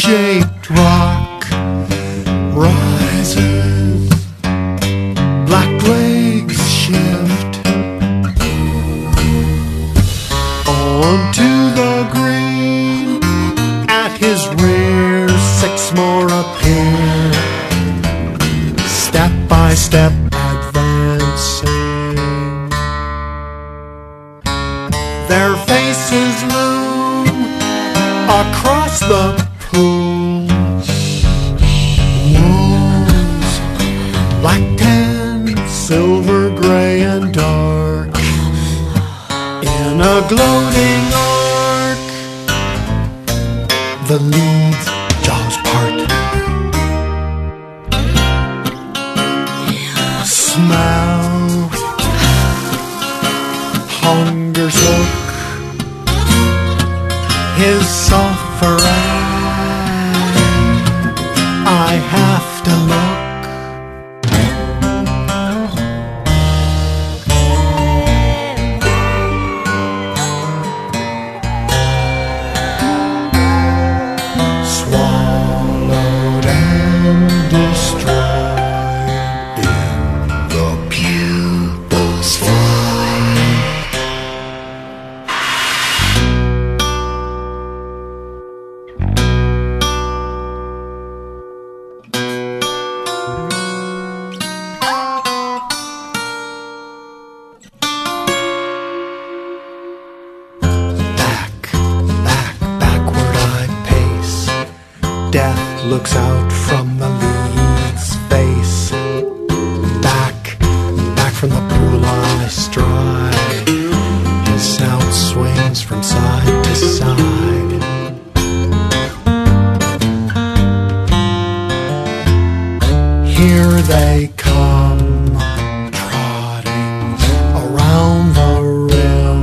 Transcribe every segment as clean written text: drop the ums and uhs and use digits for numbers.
shaped rock rises, black legs shift onto the green. At his rear, 6 more appear, step by step advancing. Their faces loom across the pool. Wolves, black, tan, silver, gray, and dark, in a gloating arc. The leads jaws part. Smell, hunger's hook, his sulphur eye. I have to look. Swallowed and destroyed in the pupil's flight. Backward I pace. Death looks out from the lead's face. Back from the pool I stride. His sound swings from side to side. Here they come, trotting around the rim.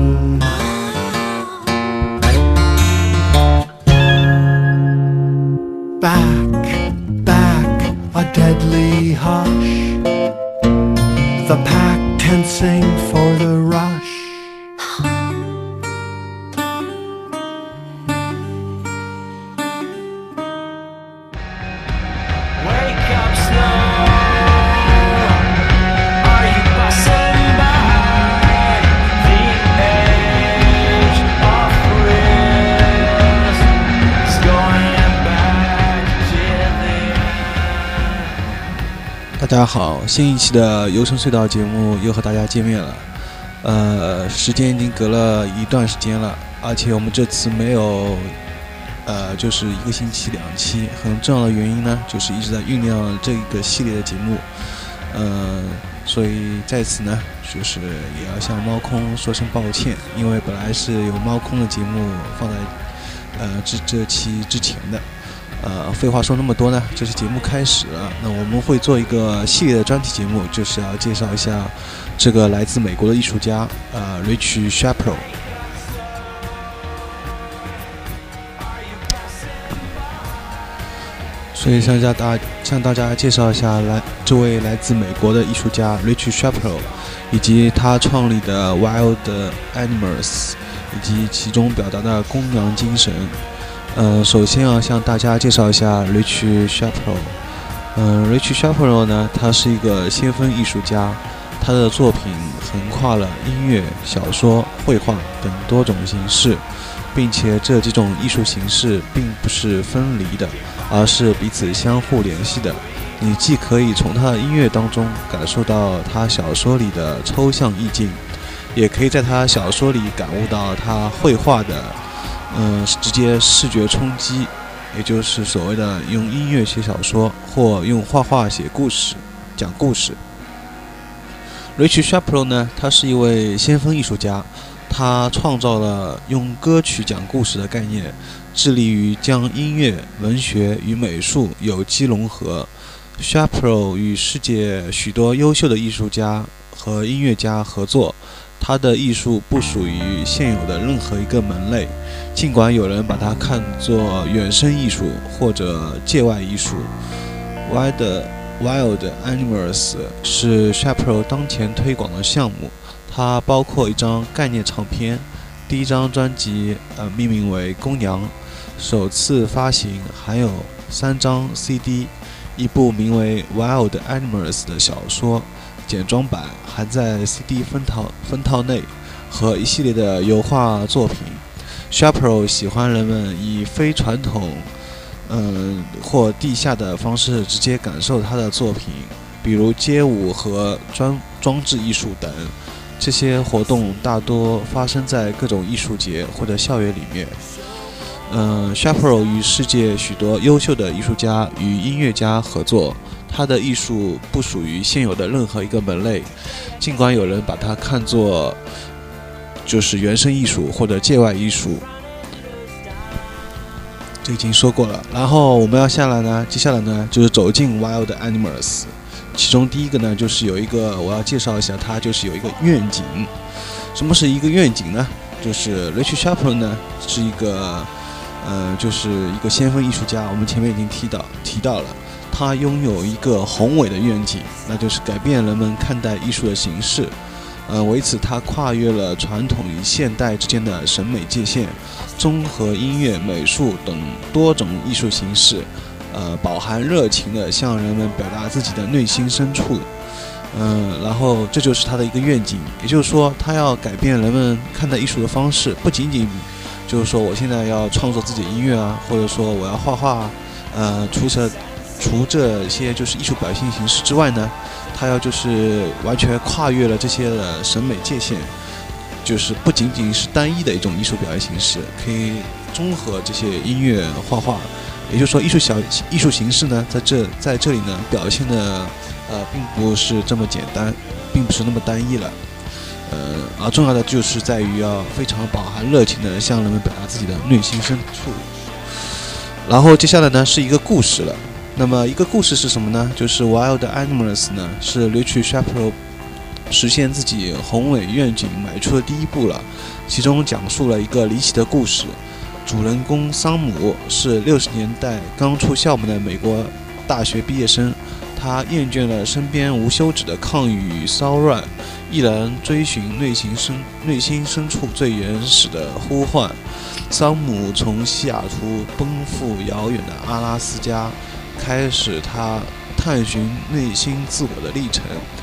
Back, a deadly hush. The pack tensing for the rush. Wake up slow. Are you passing by the edge of risk? It's going back to the end. 大家好，新一期的游城隧道节目又和大家见面了。时间已经隔了一段时间了，而且我们这次没有就是1个星期2期。很重要的原因呢，就是一直在酝酿这个系列的节目。所以在此呢，就是也要向猫空说声抱歉，因为本来是有猫空的节目放在这期之前的。废话说那么多呢，这期节目开始了。那我们会做一个系列的专题节目，就是要介绍一下这个来自美国的艺术家Rich Shapiro。所以向大家介绍一下这位来自美国的艺术家 Rich Shapiro， 以及他创立的 Wild Animals， 以及其中表达的公羊精神。首先要向大家介绍一下 Rich Shapiro。Rich Shapiro 呢，他是一个先锋艺术家，他的作品横跨了音乐、小说、绘画等多种形式，并且这几种艺术形式并不是分离的，而是彼此相互联系的。你既可以从他的音乐当中感受到他小说里的抽象意境，也可以在他小说里感悟到他绘画的直接视觉冲击，也就是所谓的用音乐写小说或用画画写故事、讲故事。Rich Shapiro 呢，他是一位先锋艺术家，他创造了用歌曲讲故事的概念，致力于将音乐、文学与美术有机融合。Shapiro 与世界许多优秀的艺术家和音乐家合作，他的艺术不属于现有的任何一个门类，尽管有人把它看作原生艺术或者界外艺术。Wild Animals 是 Shapiro 当前推广的项目，它包括一张概念唱片，第一张专辑命名为《公羊》， 首次发行含有3张 CD， 一部名为《Wild Animals》的小说简装版含在 CD 封套内，和一系列的油画作品。Shapiro 喜欢人们以非传统或地下的方式直接感受他的作品，比如街舞和装置艺术等。这些活动大多发生在各种艺术节或者校园里面。Shapiro 与世界许多优秀的艺术家与音乐家合作，他的艺术不属于现有的任何一个门类，尽管有人把它看作就是原生艺术或者界外艺术，这已经说过了。然后我们要接下来呢就是走进 Wild Animals， 其中第一个呢就是有一个我要介绍一下，它就是有一个愿景。什么是一个愿景呢？就是 Rich Shapiro 呢是一个就是一个先锋艺术家，我们前面已经提到了，他拥有一个宏伟的愿景，那就是改变人们看待艺术的形式。为此他跨越了传统与现代之间的审美界限，综合音乐、美术等多种艺术形式，饱含热情地向人们表达自己的内心深处。然后这就是他的一个愿景，也就是说他要改变人们看待艺术的方式，不仅仅就是说我现在要创作自己的音乐啊，或者说我要画画，除这些就是艺术表现形式之外呢，他要就是完全跨越了这些的审美界限，就是不仅仅是单一的一种艺术表现形式，可以综合这些音乐、画画。也就是说，艺术形式呢，在这里呢表现的并不是这么简单，并不是那么单一了。而重要的就是在于要非常饱含热情的向人们表达自己的内心深处。然后接下来呢是一个故事了。那么一个故事是什么呢？就是 Wild Animals 呢是 Rich Shapiro 实现自己宏伟愿景迈出的第一步了。其中讲述了一个离奇的故事。主人公桑姆是60年代刚出校门的美国大学毕业生，他厌倦了身边无休止的抗议与骚乱，毅然追寻内心深处最原始的呼唤。桑姆从西雅图奔赴遥远的阿拉斯加，开始他探寻内心自我的历程。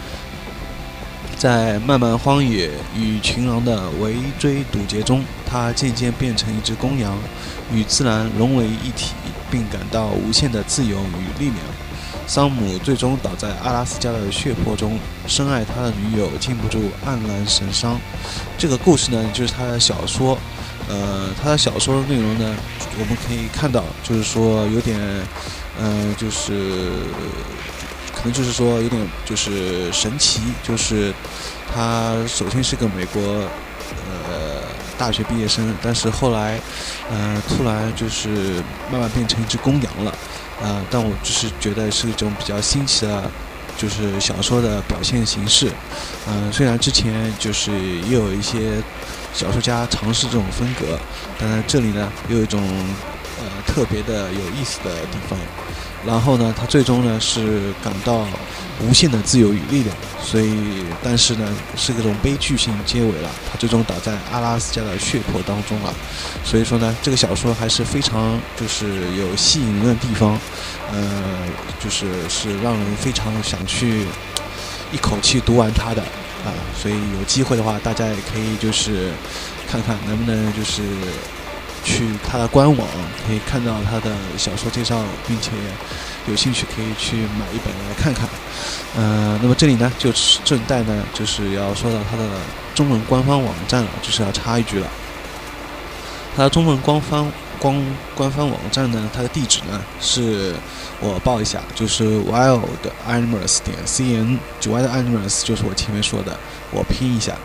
在漫漫荒野与群狼的围追堵截中，他渐渐变成一只公羊，与自然融为一体，并感到无限的自由与力量。桑姆最终倒在阿拉斯加的血泊中，深爱他的女友禁不住黯然神伤。这个故事呢，就是他的小说。他的小说的内容呢，我们可以看到，就是说有点，就是可能就是说有点就是神奇，就是他首先是个美国大学毕业生，但是后来突然就是慢慢变成一只公羊了。但我就是觉得是一种比较新奇的就是小说的表现形式。虽然之前就是也有一些小说家尝试这种风格，但在这里呢有一种特别的有意思的地方。然后呢他最终呢是感到无限的自由与力量，但是呢是各种悲剧性结尾了，他最终倒在阿拉斯加的血泊当中了。所以说呢这个小说还是非常就是有吸引人的地方，就是让人非常想去一口气读完它的所以有机会的话大家也可以就是看看能不能就是去他的官网可以看到他的小说介绍，并且有兴趣可以去买一本来看看。那么这里呢就顺带呢就是要说到他的中文官方网站了，就是要插一句了。他的中文官方网站呢，它的地址呢是我报一下，就是 wildanimals.cn， 就 Wild Animals 就是我前面说的，我拼一下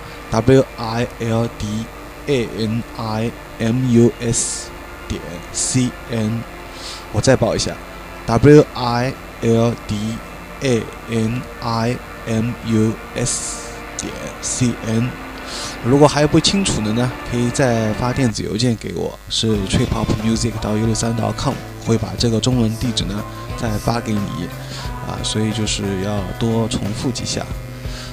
WILDANIMUS.cn， 我再报一下 WILDANIMUS.cn。如果还不清楚的呢，可以再发电子邮件给我，是 tripopmusic@163.com， 会把这个中文地址呢再发给你所以就是要多重复几下。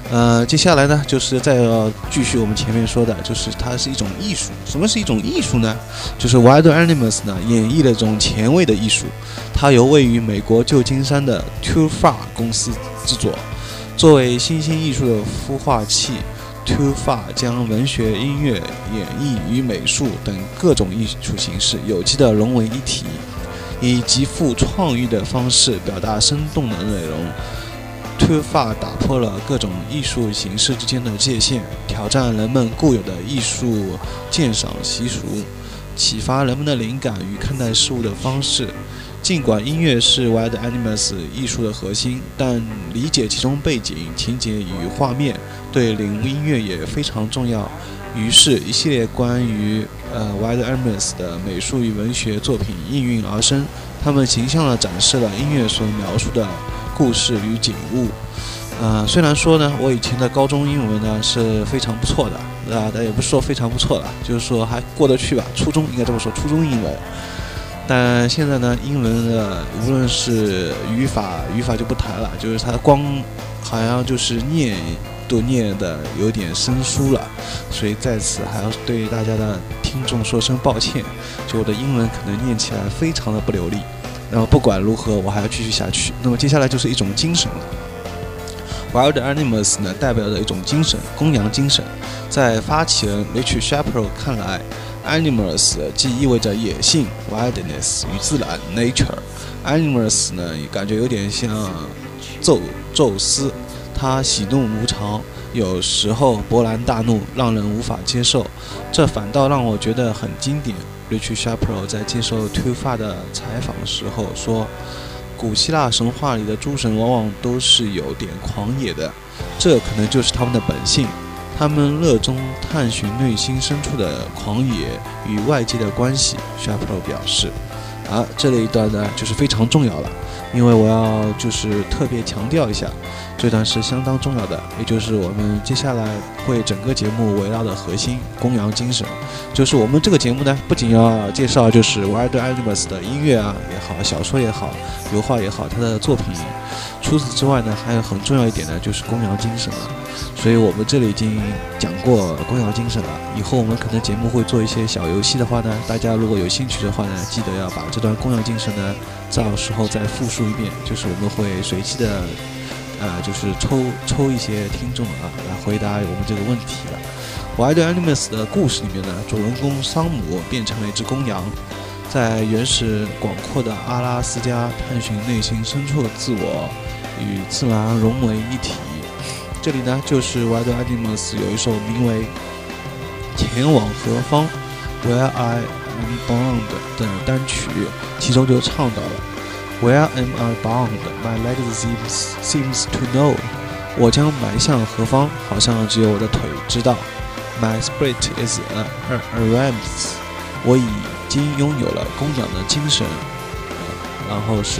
接下来呢，就是再要继续我们前面说的，就是它是一种艺术。什么是一种艺术呢？就是 Wild Animals 呢演绎了这种前卫的艺术。它由位于美国旧金山的 Too Far 公司制作。作为新兴艺术的孵化器， Too Far 将文学、音乐、演绎与美术等各种艺术形式有机地融为一体，以极富创意的方式表达生动的内容。Too Far 打破了各种艺术形式之间的界限，挑战人们固有的艺术鉴赏习俗，启发人们的灵感与看待事物的方式。尽管音乐是 Wild Animals 艺术的核心，但理解其中背景、情节与画面对领悟音乐也非常重要。于是，一系列关于Wild Animals 的美术与文学作品应运而生，他们形象地展示了音乐所描述的故事与景物。虽然说呢，我以前的高中英文呢是非常不错的，但也不是说非常不错了，就是说还过得去吧。初中应该这么说，初中英文。但现在呢，英文的无论是语法就不谈了，就是它光好像就是念都念的有点生疏了，所以在此还要对大家的听众说声抱歉，就我的英文可能念起来非常的不流利。那么不管如何，我还要继续下去。那么接下来就是一种精神了。Wild Animals 呢，代表着一种精神，公羊精神。在发起人 Rich Shapiro 看来，Animals 既意味着野性 wildness 与自然 nature。Animals 呢，感觉有点像宙斯，他喜怒无常，有时候勃然大怒，让人无法接受。这反倒让我觉得很经典。Rich Shapiro 在接受 Too Far 的采访时候说，古希腊神话里的诸神往往都是有点狂野的，这可能就是他们的本性。他们热衷探寻内心深处的狂野与外界的关系 ，Shapiro 表示。这里一段呢就是非常重要了，因为我要就是特别强调一下，这段是相当重要的，也就是我们接下来会整个节目围绕的核心公羊精神。就是我们这个节目呢，不仅要介绍就是 Wild Animals 的音乐也好，小说也好，油画也好，他的作品。除此之外呢，还有很重要一点呢，就是公羊精神了。所以我们这里已经讲过公羊精神了。以后我们可能节目会做一些小游戏的话呢，大家如果有兴趣的话呢，记得要把这段公羊精神呢，到时候再复述一遍。就是我们会随机的，就是抽一些听众来回答我们这个问题了。Wild Animals 的故事里面呢，主人公桑姆变成了一只公羊，在原始广阔的阿拉斯加探寻内心深处的自我与自然融为一体。这里呢，就是 Wild Animals 有一首名为《前往何方》（Where I Am Bound） 的单曲，其中就唱到了 Where am I bound? My legs seems to know。 我将迈向何方？好像只有我的腿知道。My spirit is a ram's。 我已经拥有了公羊的精神。然后是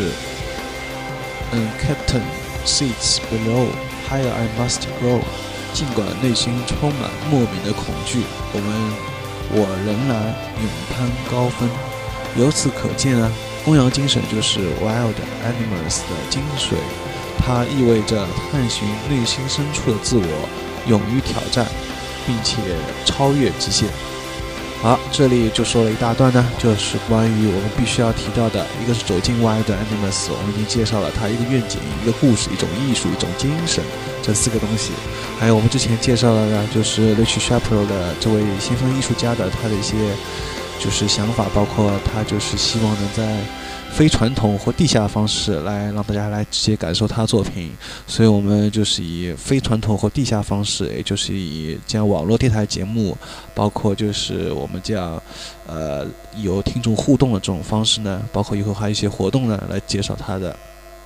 Captain sits below。Higher I must grow。 尽管内心充满莫名的恐惧，我仍然勇攀高峰。由此可见公羊精神就是 Wild Animals 的精髓，它意味着探寻内心深处的自我，勇于挑战，并且超越极限。好，这里就说了一大段呢，就是关于我们必须要提到的，一个是走进 Wild Animals， 我们已经介绍了它一个愿景、一个故事、一种艺术、一种精神，这4个东西。还有我们之前介绍的呢，就是 Rich Shapiro 的这位先锋艺术家的他的一些就是想法，包括他就是希望能在非传统或地下的方式来让大家来直接感受他的作品，所以我们就是以非传统或地下方式，也就是以这样网络电台节目，包括就是我们这样有听众互动的这种方式呢，包括以后还有一些活动呢来介绍他的。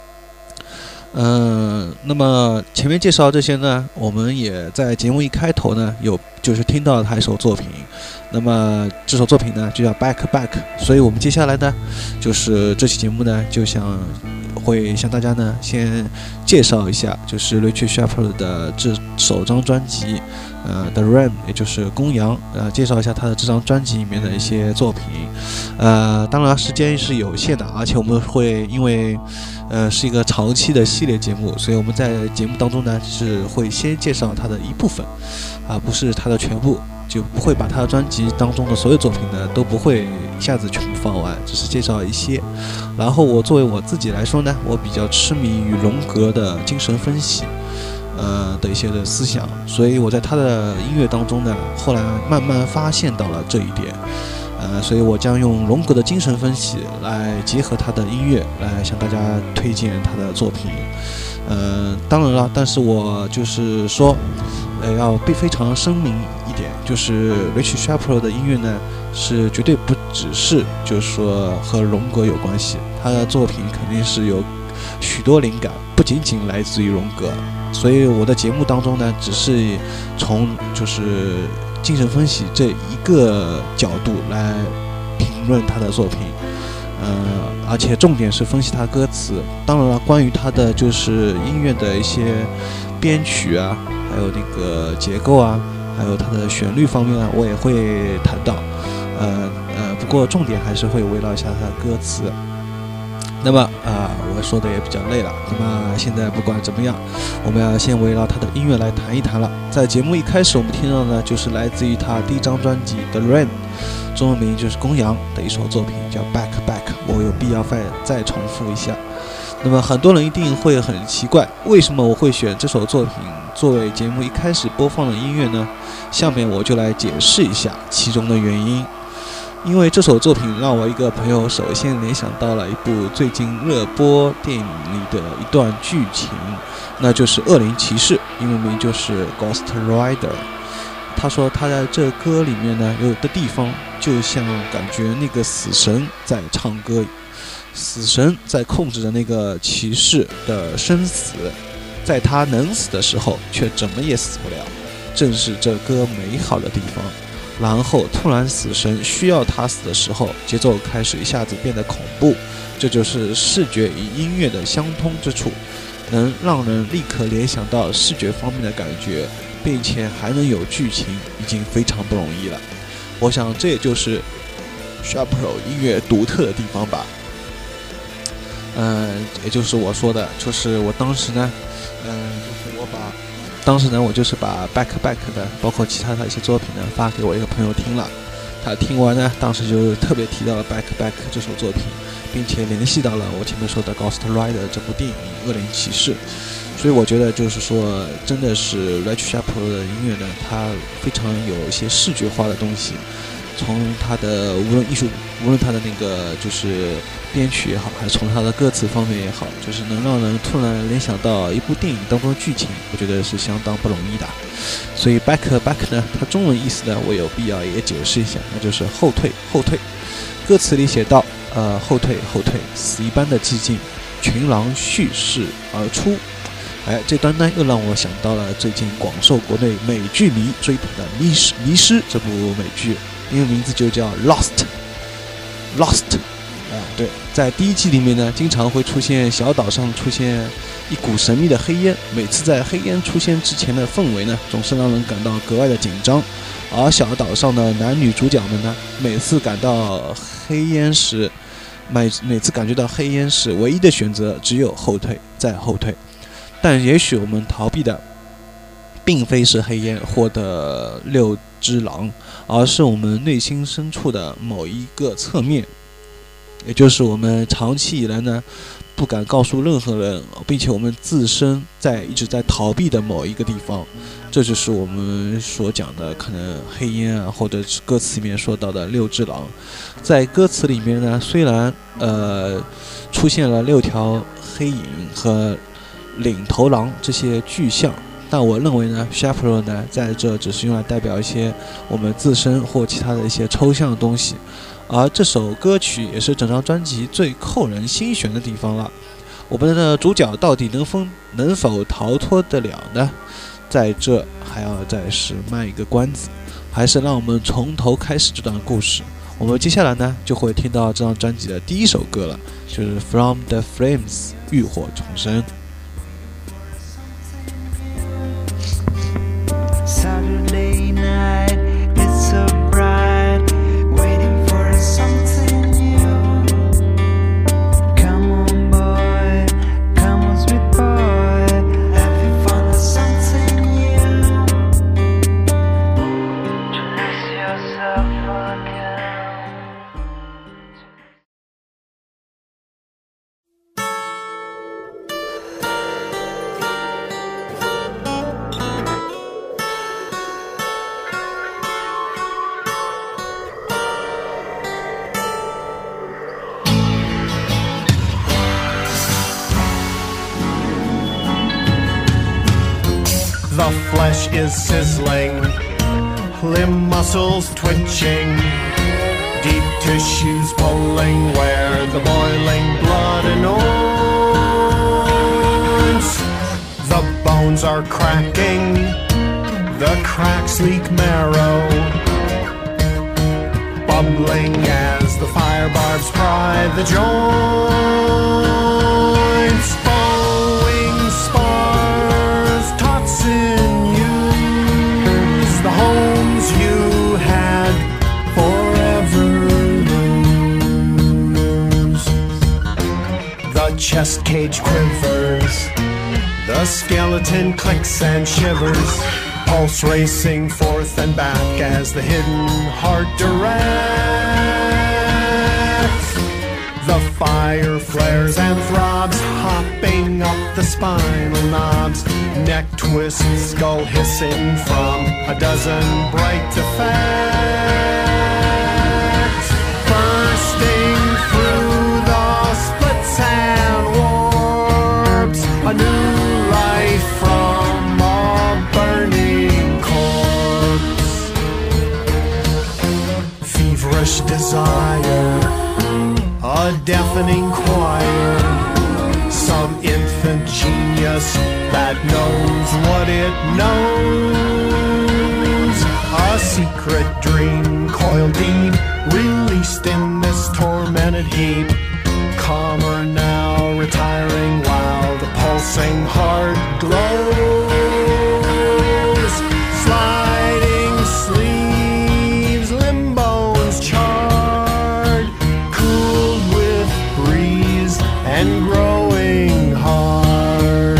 那么前面介绍这些呢，我们也在节目一开头呢就是听到了他一首作品，那么这首作品呢就叫 Back， 所以我们接下来呢就是这期节目呢就想会向大家呢先介绍一下，就是 Richie Shepherd 的这首张专辑The Ram， 也就是公羊，介绍一下他的这张专辑里面的一些作品。当然时间是有限的，而且我们会因为是一个长期的系列节目，所以我们在节目当中呢是会先介绍他的一部分，不是他的全部，就不会把他的专辑当中的所有作品呢都不会一下子全部放完，只是介绍一些。然后我作为我自己来说呢，我比较痴迷于荣格的精神分析的一些的思想，所以我在他的音乐当中呢，后来慢慢发现到了这一点。所以我将用荣格的精神分析来结合他的音乐，来向大家推荐他的作品。当然了，但是我就是说，要非常声明一点，就是 Richie Shepherd 的音乐呢，是绝对不只是就是说和荣格有关系，他的作品肯定是有许多灵感，不仅仅来自于荣格。所以我的节目当中呢，只是从就是精神分析这一个角度来评论他的作品，而且重点是分析他歌词。当然了，关于他的就是音乐的一些编曲啊，还有那个结构啊，还有他的旋律方面啊，我也会谈到。不过重点还是会围绕一下他的歌词。那么我说的也比较累了。那么现在不管怎么样，我们要先围绕他的音乐来谈一谈了。在节目一开始，我们听到的就是来自于他第一张专辑《The Rain》，中文名就是公羊的一首作品，叫《Back Back》。我有必要再重复一下。那么很多人一定会很奇怪，为什么我会选这首作品作为节目一开始播放的音乐呢？下面我就来解释一下其中的原因。因为这首作品让我一个朋友首先联想到了一部最近热播电影里的一段剧情，那就是《恶灵骑士》，英文名就是《Ghost Rider》。他说他在这歌里面呢，有的地方就像感觉那个死神在唱歌，死神在控制着那个骑士的生死，在他能死的时候却怎么也死不了，正是这歌美好的地方。然后突然死神需要他死的时候，节奏开始一下子变得恐怖，这就是视觉与音乐的相通之处，能让人立刻联想到视觉方面的感觉，并且还能有剧情，已经非常不容易了。我想这也就是 Shepherd 音乐独特的地方吧。也就是我说的，就是我当时呢，我就是把 Back Back 的包括其他的一些作品呢发给我一个朋友听了，他听完呢，当时就特别提到了 Back Back 这首作品，并且联系到了我前面说的 Ghost Rider 这部电影《恶灵骑士》。所以我觉得就是说，真的是 Richie Shepherd 的音乐呢，它非常有一些视觉化的东西，从他的无论他的那个就是编曲也好，还是从他的歌词方面也好，就是能让人突然联想到一部电影当中的剧情，我觉得是相当不容易的。所以 Back Back 呢，它中文意思呢，我有必要也解释一下，那就是后退。歌词里写道，后退，死一般的寂静，群狼蓄势而出。这段呢又让我想到了最近广受国内美剧迷追捧的《迷失》这部美剧，英文名字就叫 Lost。对，在第一季里面呢，经常会出现小岛上出现一股神秘的黑烟，每次在黑烟出现之前的氛围呢，总是让人感到格外的紧张。而小岛上的男女主角们呢，每次感觉到黑烟时，唯一的选择只有后退，再后退。但也许我们逃避的并非是黑烟或者六只狼，而是我们内心深处的某一个侧面，也就是我们长期以来呢不敢告诉任何人，并且我们自身一直在逃避的某一个地方。这就是我们所讲的可能黑烟啊，或者是歌词里面说到的六只狼。在歌词里面呢，虽然出现了6条黑影和领头狼这些具象，但我认为呢 Shepherd 呢在这只是用来代表一些我们自身或其他的一些抽象的东西，而这首歌曲也是整张专辑最扣人心弦的地方了。我们的主角到底能否逃脱得了呢？在这还要再是卖一个关子，还是让我们从头开始这段故事。我们接下来呢就会听到这张专辑的第一首歌了，就是 From the Flames。 浴火重生。 Saturday night, it's so bright, waiting for something new. Come on, boy, come on, sweet boy, have you found something new? Dress yourself again. The flesh is sizzling, limb muscles twitching, deep tissues pulling where the boiling blood anoints. The bones are cracking, the cracks leak marrow, bubbling as the fire barbs pry the joints. Bowing spars, taut sinews, the homes you had forever lose. The chest cage quivers, the skeleton clicks and shivers, pulse racing forth and back as the hidden heart directs. The fire flares and throbs, hopping up the spinal knobs, neck twists, skull hissing from a dozen bright effects. Bursting through the splits and warps, a new life from a burning corpse. Feverish desire, a deafening choir, some infant genius that knows what it knows. A secret dream coiled deep, released in this tormented heap. Calmer now, retiring while the pulsing heart glows. Sliding sleeves, limb bones charred, cooled with breeze and growing hard.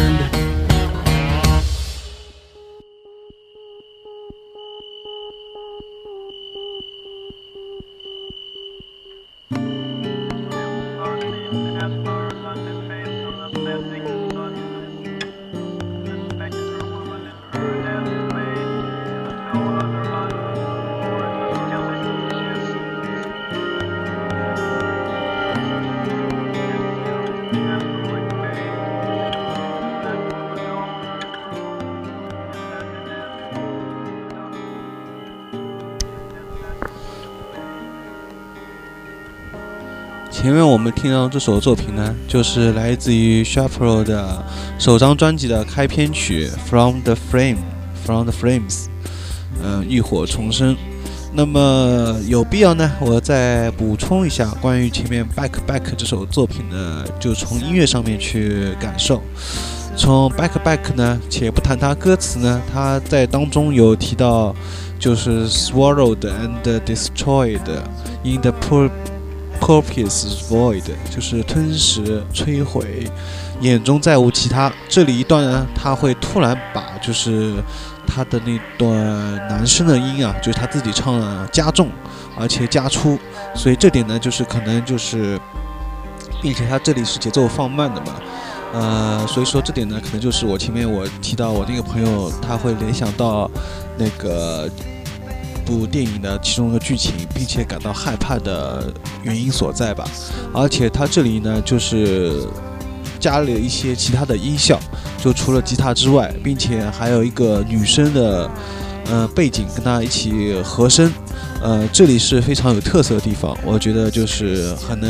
前面我们听到这首作品呢，就是来自于 Chaparral 的首张专辑的开篇曲 From the Flames， 浴火重生。那么有必要呢，我再补充一下关于前面 Back 这首作品呢，就从音乐上面去感受。从 Back 呢，且不谈它歌词呢，它在当中有提到，就是 swallowed and destroyed in the purpose void， 就是吞食、摧毁，眼中再无其他。这里一段呢，他会突然把就是他的那段男声的音啊，就是他自己唱了加重，而且加粗，所以这点呢，就是可能就是，并且他这里是节奏放慢的嘛。所以说这点呢，可能就是我前面我提到我那个朋友，他会联想到那个部电影的其中的剧情，并且感到害怕的原因所在吧。而且他这里呢，就是加了一些其他的音效，就除了吉他之外，并且还有一个女生的背景跟他一起和声，这里是非常有特色的地方，我觉得就是很能突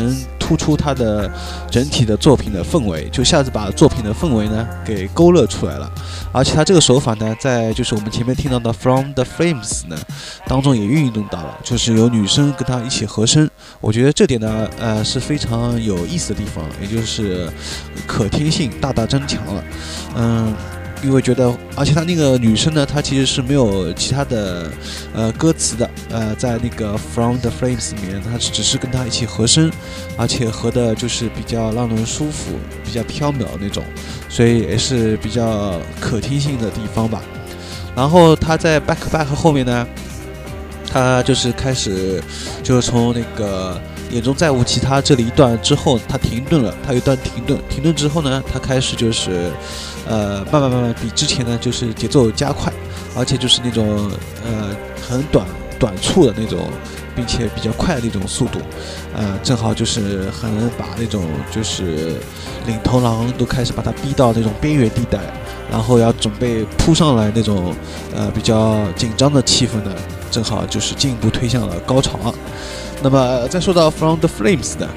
突出它的整体的作品的氛围，就一下子把作品的氛围呢给勾勒出来了。而且它这个手法呢，在就是我们前面听到的 From the Flames 呢当中也运用到了，就是有女生跟他一起和声。我觉得这点呢，是非常有意思的地方，也就是可听性大大增强了。因为觉得，而且他那个女生呢，她其实是没有其他的歌词的，在那个 From the Flames 里面，她只是跟他一起和声，而且和的就是比较让人舒服，比较飘渺那种，所以也是比较可听性的地方吧。然后他在 Back 后面呢，他就是开始就是从那个眼中再无其他这里一段之后，他停顿了，他有一段停顿之后呢，他开始就是慢慢比之前呢就是节奏加快，而且就是那种很短促的那种，并且比较快的那种速度，正好就是很能把那种就是领头狼都开始把他逼到那种边缘地带，然后要准备扑上来那种比较紧张的气氛呢，正好就是进一步推向了高潮。那么再说到 From the Flames 呢，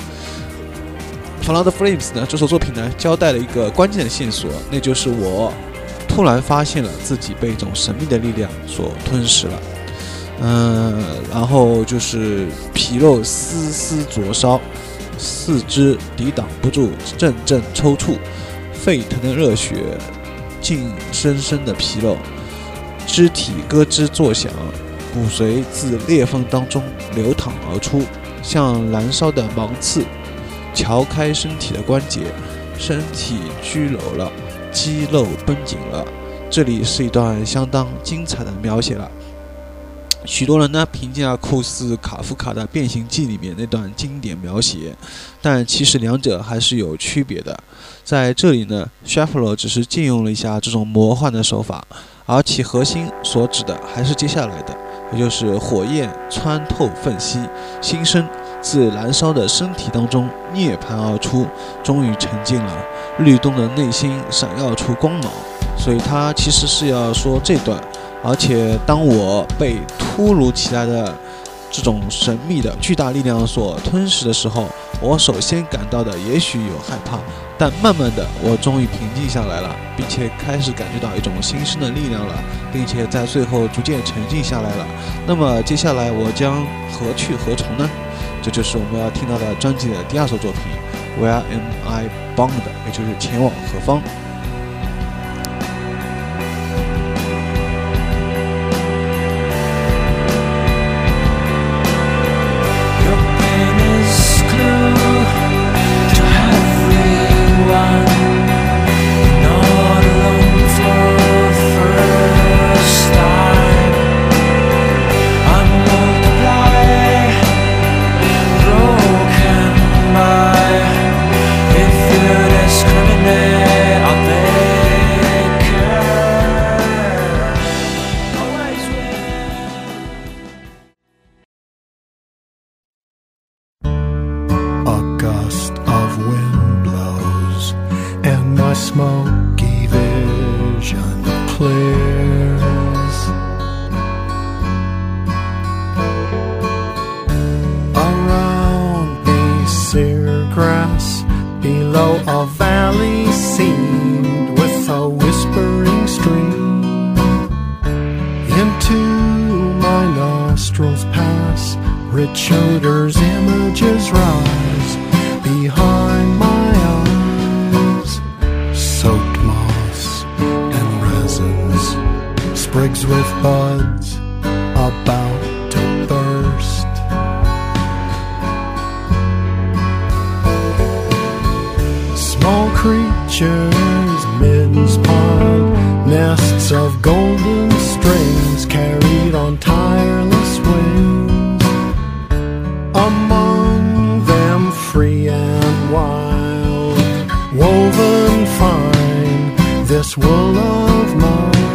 这首作品呢交代了一个关键的线索，那就是我突然发现了自己被一种神秘的力量所吞噬了。然后就是皮肉丝丝灼烧，四肢抵挡不住阵阵抽搐，沸腾的热血浸深深的皮肉，肢体咯吱作响，骨髓自裂缝当中流淌而出，像燃烧的芒刺，撬开身体的关节，身体拘留了，肌肉绷紧了。这里是一段相当精彩的描写了。许多人呢评价酷似卡夫卡的《变形记》里面那段经典描写，但其实两者还是有区别的。在这里呢 Scheffler 只是借用了一下这种魔幻的手法，而其核心所指的还是接下来的，也就是火焰穿透缝隙，新生自燃烧的身体当中涅槃而出，终于沉浸了，律动的内心闪耀出光芒。所以他其实是要说这段，而且当我被突如其来的这种神秘的巨大力量所吞噬的时候，我首先感到的也许有害怕，但慢慢的我终于平静下来了，并且开始感觉到一种新生的力量了，并且在最后逐渐沉静下来了。那么接下来我将何去何从呢？这就是我们要听到的专辑的第二首作品 Where Am I Bound， 也就是前往何方。 Smoky vision clears. Around me sere grass, below a valley seamed with a whispering stream. Into my nostrils pass rich odors, images rise behind my soaked moss and resins, sprigs with buds about to burst. Small creatures, mittens piled, nests of golden strings carried on tireless wings. Among them free and wild, woven fine, this wool of mine.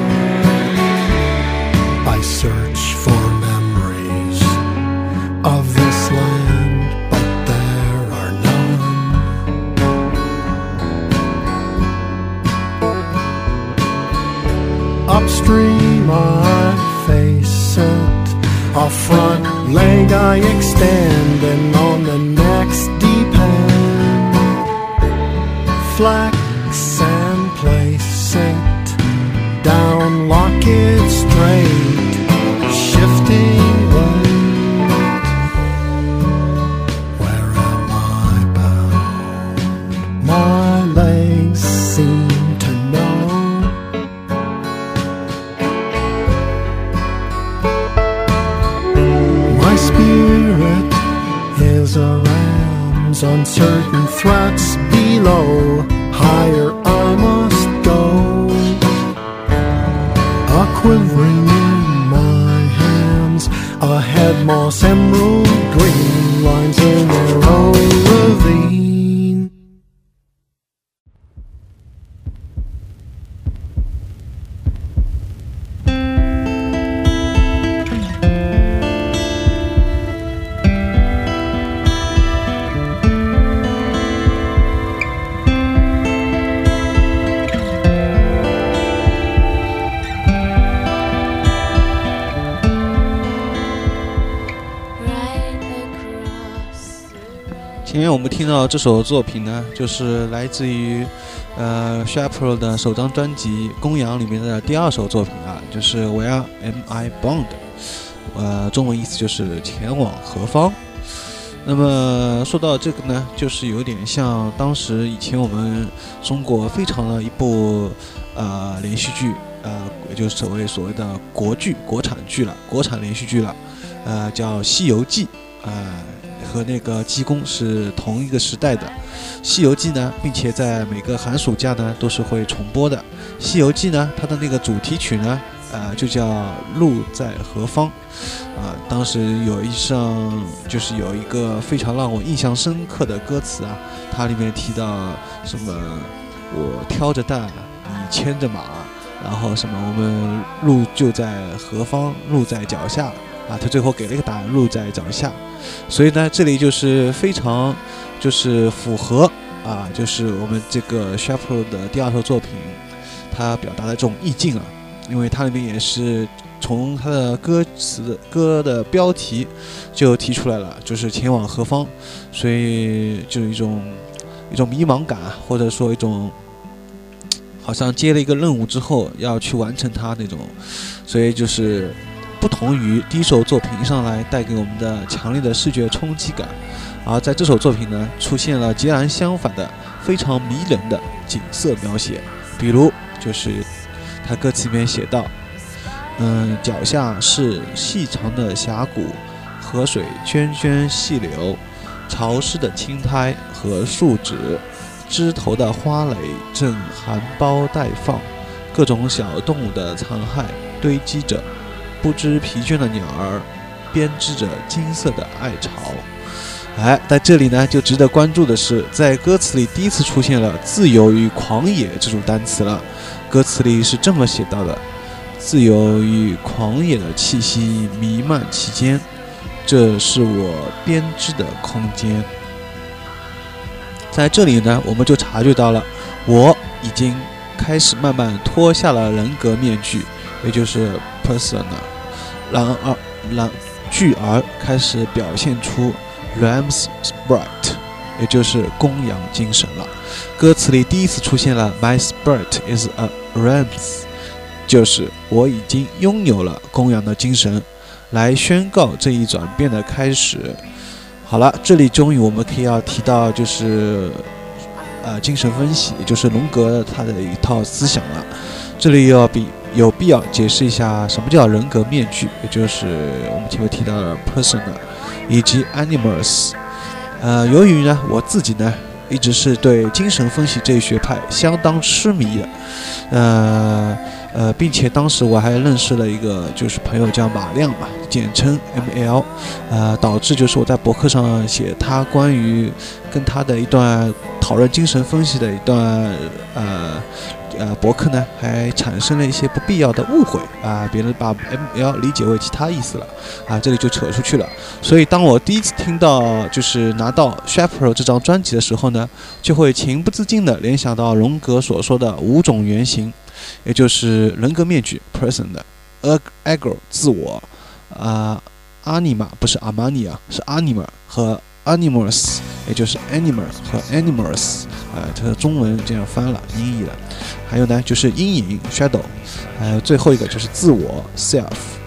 I search for memories of this land, but there are none. Upstream I face it, a front leg I extend, and on the next deep end flex and place it down, lock it straight, shifting weight. Where am I bound? My legs seem to know. My spirit is a ram's uncertain threats below. Higher I must go. A quivering in my hands, ahead moss emerald green lines a narrow ravine. 前面我们听到这首作品呢，就是来自于Shapiro 的首张专辑《公羊》里面的第二首作品啊，就是 Where Am I Bound？中文意思就是前往何方。那么说到这个呢，就是有点像当时以前我们中国非常的一部连续剧，也就是所谓的国产剧了，国产连续剧了，叫《西游记》和那个济公是同一个时代的。《西游记》呢，并且在每个寒暑假呢都是会重播的。《西游记》呢，它的那个主题曲呢，就叫《路在何方》当时就是有一个非常让我印象深刻的歌词啊，它里面提到什么我挑着担，你牵着马，然后什么我们路就在何方，路在脚下。他最后给了一个答案，路在脚下。所以呢，这里就是非常就是符合就是我们这个 Shapiro 的第二首作品，他表达的这种意境啊，因为它里面也是从他的歌的标题就提出来了，就是前往何方，所以就一种迷茫感，或者说一种好像接了一个任务之后要去完成它那种，所以就是不同于第一首作品一上来带给我们的强烈的视觉冲击感，而在这首作品呢，出现了截然相反的非常迷人的景色描写，比如就是他歌词里面写道，脚下是细长的峡谷，河水涓涓细流，潮湿的青苔和树脂，枝头的花蕾正含苞待放，各种小动物的残骸堆积着，不知疲倦的鸟儿编织着金色的爱巢。在这里呢，就值得关注的是，在歌词里第一次出现了自由与狂野这种单词了。歌词里是这么写到的，自由与狂野的气息弥漫其间，这是我编织的空间。在这里呢，我们就察觉到了，我已经开始慢慢脱下了人格面具，也就是 persona， 继而开始表现出 Ram's spirit， 也就是公羊精神了。歌词里第一次出现了 My spirit is a Ram's， 就是我已经拥有了公羊的精神，来宣告这一转变的开始。好了，这里终于我们可以要提到就是精神分析，也就是荣格他的一套思想了。这里有必要解释一下什么叫人格面具，也就是我们前面提到的 persona 以及 animals。由于呢我自己呢一直是对精神分析这一学派相当痴迷的，并且当时我还认识了一个就是朋友叫马亮嘛，简称 ML， 导致就是我在博客上写他关于跟他的一段讨论精神分析的一段博客呢，还产生了一些不必要的误会别人把 ML 理解为其他意思了这里就扯出去了。所以当我第一次听到就是拿到 Shapiro 这张专辑的时候呢，就会情不自禁地联想到荣格所说的5种原型，也就是人格面具 persona、ego 自我，anima 不是 amania 是 anima 和 animals， 也就是 animal 和 animals，它的中文这样翻了，音译了。还有呢，就是阴影 shadow， 还有最后一个就是自我 self。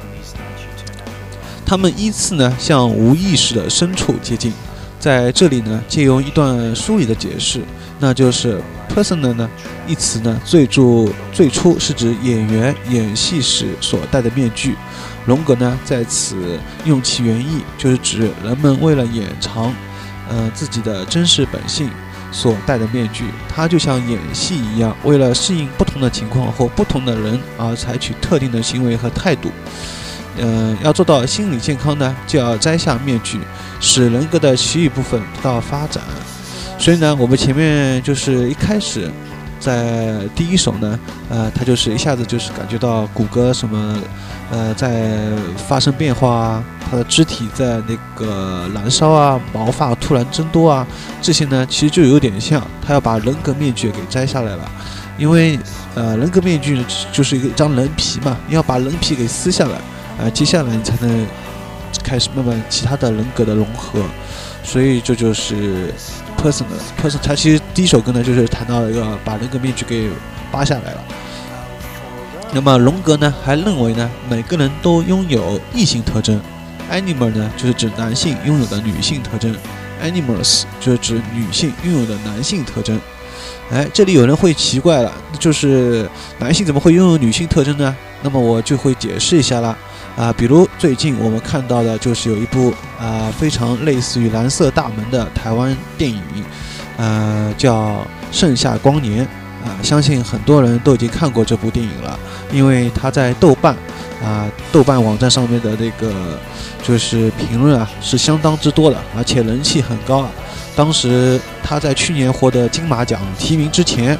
他们依次呢向无意识的深处接近。在这里呢，借用一段书里的解释，那就是 persona 呢一词呢最初是指演员演戏时所戴的面具。荣格呢在此用其原意，就是指人们为了掩藏自己的真实本性所戴的面具。它就像演戏一样，为了适应不同的情况或不同的人而采取特定的行为和态度。要做到心理健康呢，就要摘下面具，使人格的其余部分得到发展。所以呢，我们前面就是一开始在第一首呢，它就是一下子就是感觉到骨骼什么在发生变化啊，它的肢体在那个燃烧啊，毛发突然增多啊，这些呢其实就有点像他要把人格面具给摘下来了。因为人格面具就是一张人皮嘛，你要把人皮给撕下来。接下来你才能开始慢慢其他的人格的融合，所以这就是 person。它其实第一首歌呢，就是谈到一个把人格面具给扒下来了。那么荣格呢，还认为呢，每个人都拥有异性特征 ，animal 呢就是指男性拥有的女性特征 ，animals 就是指女性拥有的男性特征。这里有人会奇怪了，就是男性怎么会拥有女性特征呢？那么我就会解释一下啦。比如最近我们看到的就是有一部非常类似于蓝色大门的台湾电影，叫《盛夏光年》相信很多人都已经看过这部电影了，因为它在豆瓣网站上面的那个就是评论是相当之多的，而且人气很高。当时他在去年获得金马奖提名之前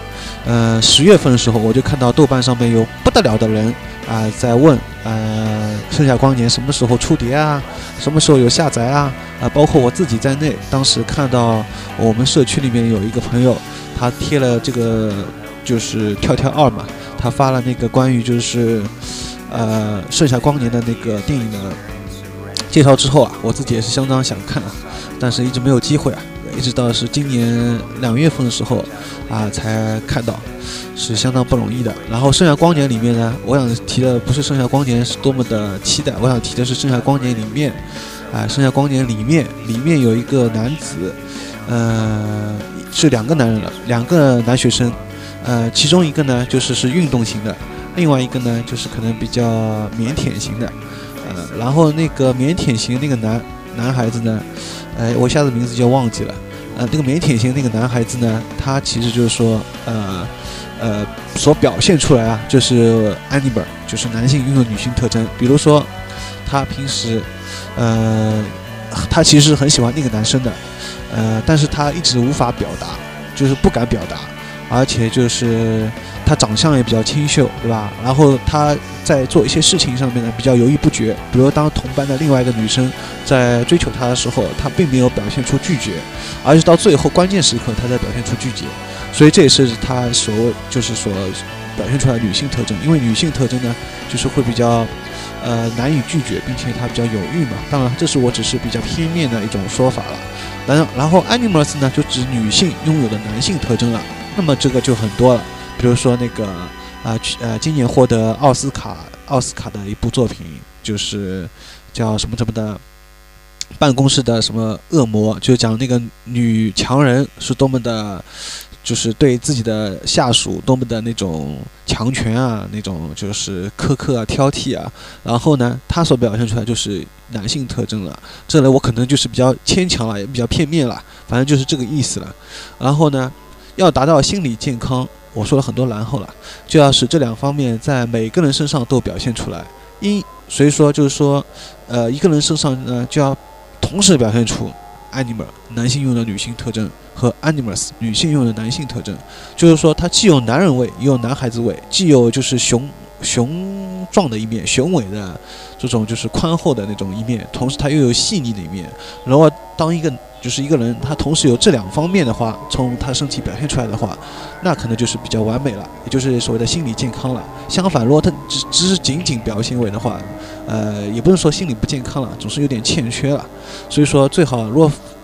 ，10月份的时候，我就看到豆瓣上面有不得了的人在问盛夏光年什么时候出碟啊，什么时候有下载啊，包括我自己在内。当时看到我们社区里面有一个朋友，他贴了这个就是跳跳2嘛，他发了那个关于就是盛夏光年的那个电影的介绍之后我自己也是相当想看但是一直没有机会一直到是今年2月份的时候才看到，是相当不容易的。然后《盛夏光年》里面呢，我想提的不是《盛夏光年》是多么的期待，我想提的是《盛夏光年》里面，《盛夏光年》里面有一个男子，是2个男人了，2个男学生，其中一个呢是运动型的，另外一个呢就是可能比较腼腆型的，然后那个腼腆型那个男孩子呢。我一下子名字就忘记了。那个腼腆型那个男孩子呢，他其实就是说，所表现出来就是 animal， 就是男性拥有女性特征。比如说，他平时，他其实很喜欢那个男生的，但是他一直无法表达，就是不敢表达，而且就是他长相也比较清秀，对吧？然后他在做一些事情上面呢比较犹豫不决，比如当同班的另外一个女生在追求他的时候，他并没有表现出拒绝，而是到最后关键时刻他才表现出拒绝。所以这也是他所表现出来的女性特征。因为女性特征呢就是会比较难以拒绝，并且他比较犹豫嘛。当然这是我只是比较片面的一种说法了。然后 animals 呢就指女性拥有的男性特征了。那么这个就很多了，比如说那个今年获得奥斯卡的一部作品，就是叫什么的办公室的什么恶魔，就讲那个女强人是多么的，就是对自己的下属多么的那种强权那种就是苛刻挑剔然后呢，他所表现出来就是男性特征了。这里我可能就是比较牵强了，也比较片面了，反正就是这个意思了。然后呢，要达到心理健康，我说了很多然后了，就要使这2方面在每个人身上都表现出来。所以说就是说，一个人身上呢就要同时表现出 animal 男性拥有的女性特征和 animals 女性拥有的男性特征，就是说他既有男人味也有男孩子味，既有就是雄壮的一面，雄伟的这种就是宽厚的那种一面，同时他又有细腻的一面。然后当一个人他同时有这2方面的话，从他身体表现出来的话，那可能就是比较完美了，也就是所谓的心理健康了。相反，如果他只是仅表现为的话，也不能说心理不健康了，总是有点欠缺了。所以说最好如果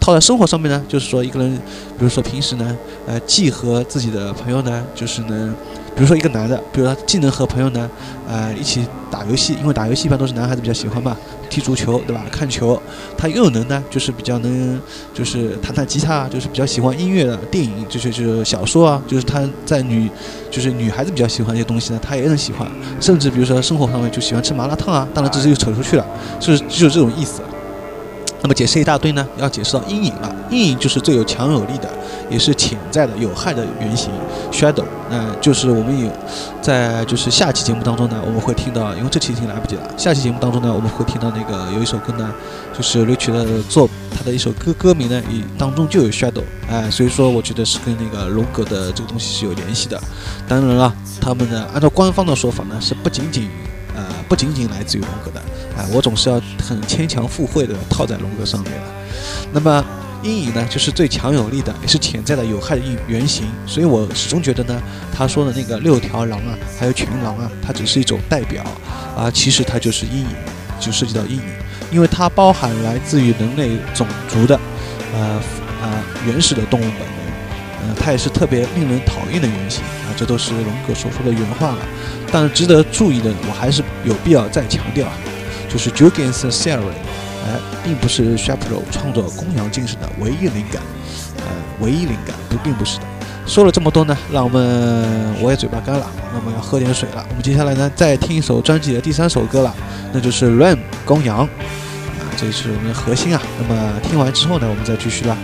套在生活上面呢，就是说一个人，比如说平时呢，既和自己的朋友呢，就是能，比如说一个男的，比如说既能和朋友呢，一起打游戏，因为打游戏一般都是男孩子比较喜欢嘛，踢足球对吧？看球，他又能呢，就是比较能，就是弹弹吉他，就是比较喜欢音乐的电影，就是小说啊，就是他在就是女孩子比较喜欢一些东西呢，他也很喜欢，甚至比如说生活上面就喜欢吃麻辣烫啊，当然这是又扯出去了，就是这种意思。那么解释一大堆呢，要解释到阴影了。阴影就是最有强有力的，也是潜在的有害的原型 shadow。就是我们有在就是下期节目当中呢，我们会听到，因为这期已经来不及了。下期节目当中呢，我们会听到那个有一首歌呢，就是 Rich 的他的一首歌名呢，当中就有 shadow。所以说我觉得是跟那个荣格的这个东西是有联系的。当然了，他们呢按照官方的说法呢，是不仅仅来自于荣格的。我总是要很牵强附会的套在荣格上面了。那么阴影呢，就是最强有力的，也是潜在的有害的原型。所以我始终觉得呢，他说的那个6条狼啊，还有群狼啊，它只是一种代表啊，其实它就是阴影，就涉及到阴影，因为它包含来自于人类种族的原始的动物本能，它也是特别令人讨厌的原型啊，这都是荣格所说的原话了。但是值得注意的，我还是有必要再强调，就是 Jürgens Theory，并不是 Shapiro 创作公羊精神的唯一灵感，并不是的。说了这么多呢，我也嘴巴干了，那么要喝点水了。我们接下来呢，再听一首专辑的第3首歌了，那就是 Ram 公羊，这是我们的核心啊。那么听完之后呢，我们再继续了。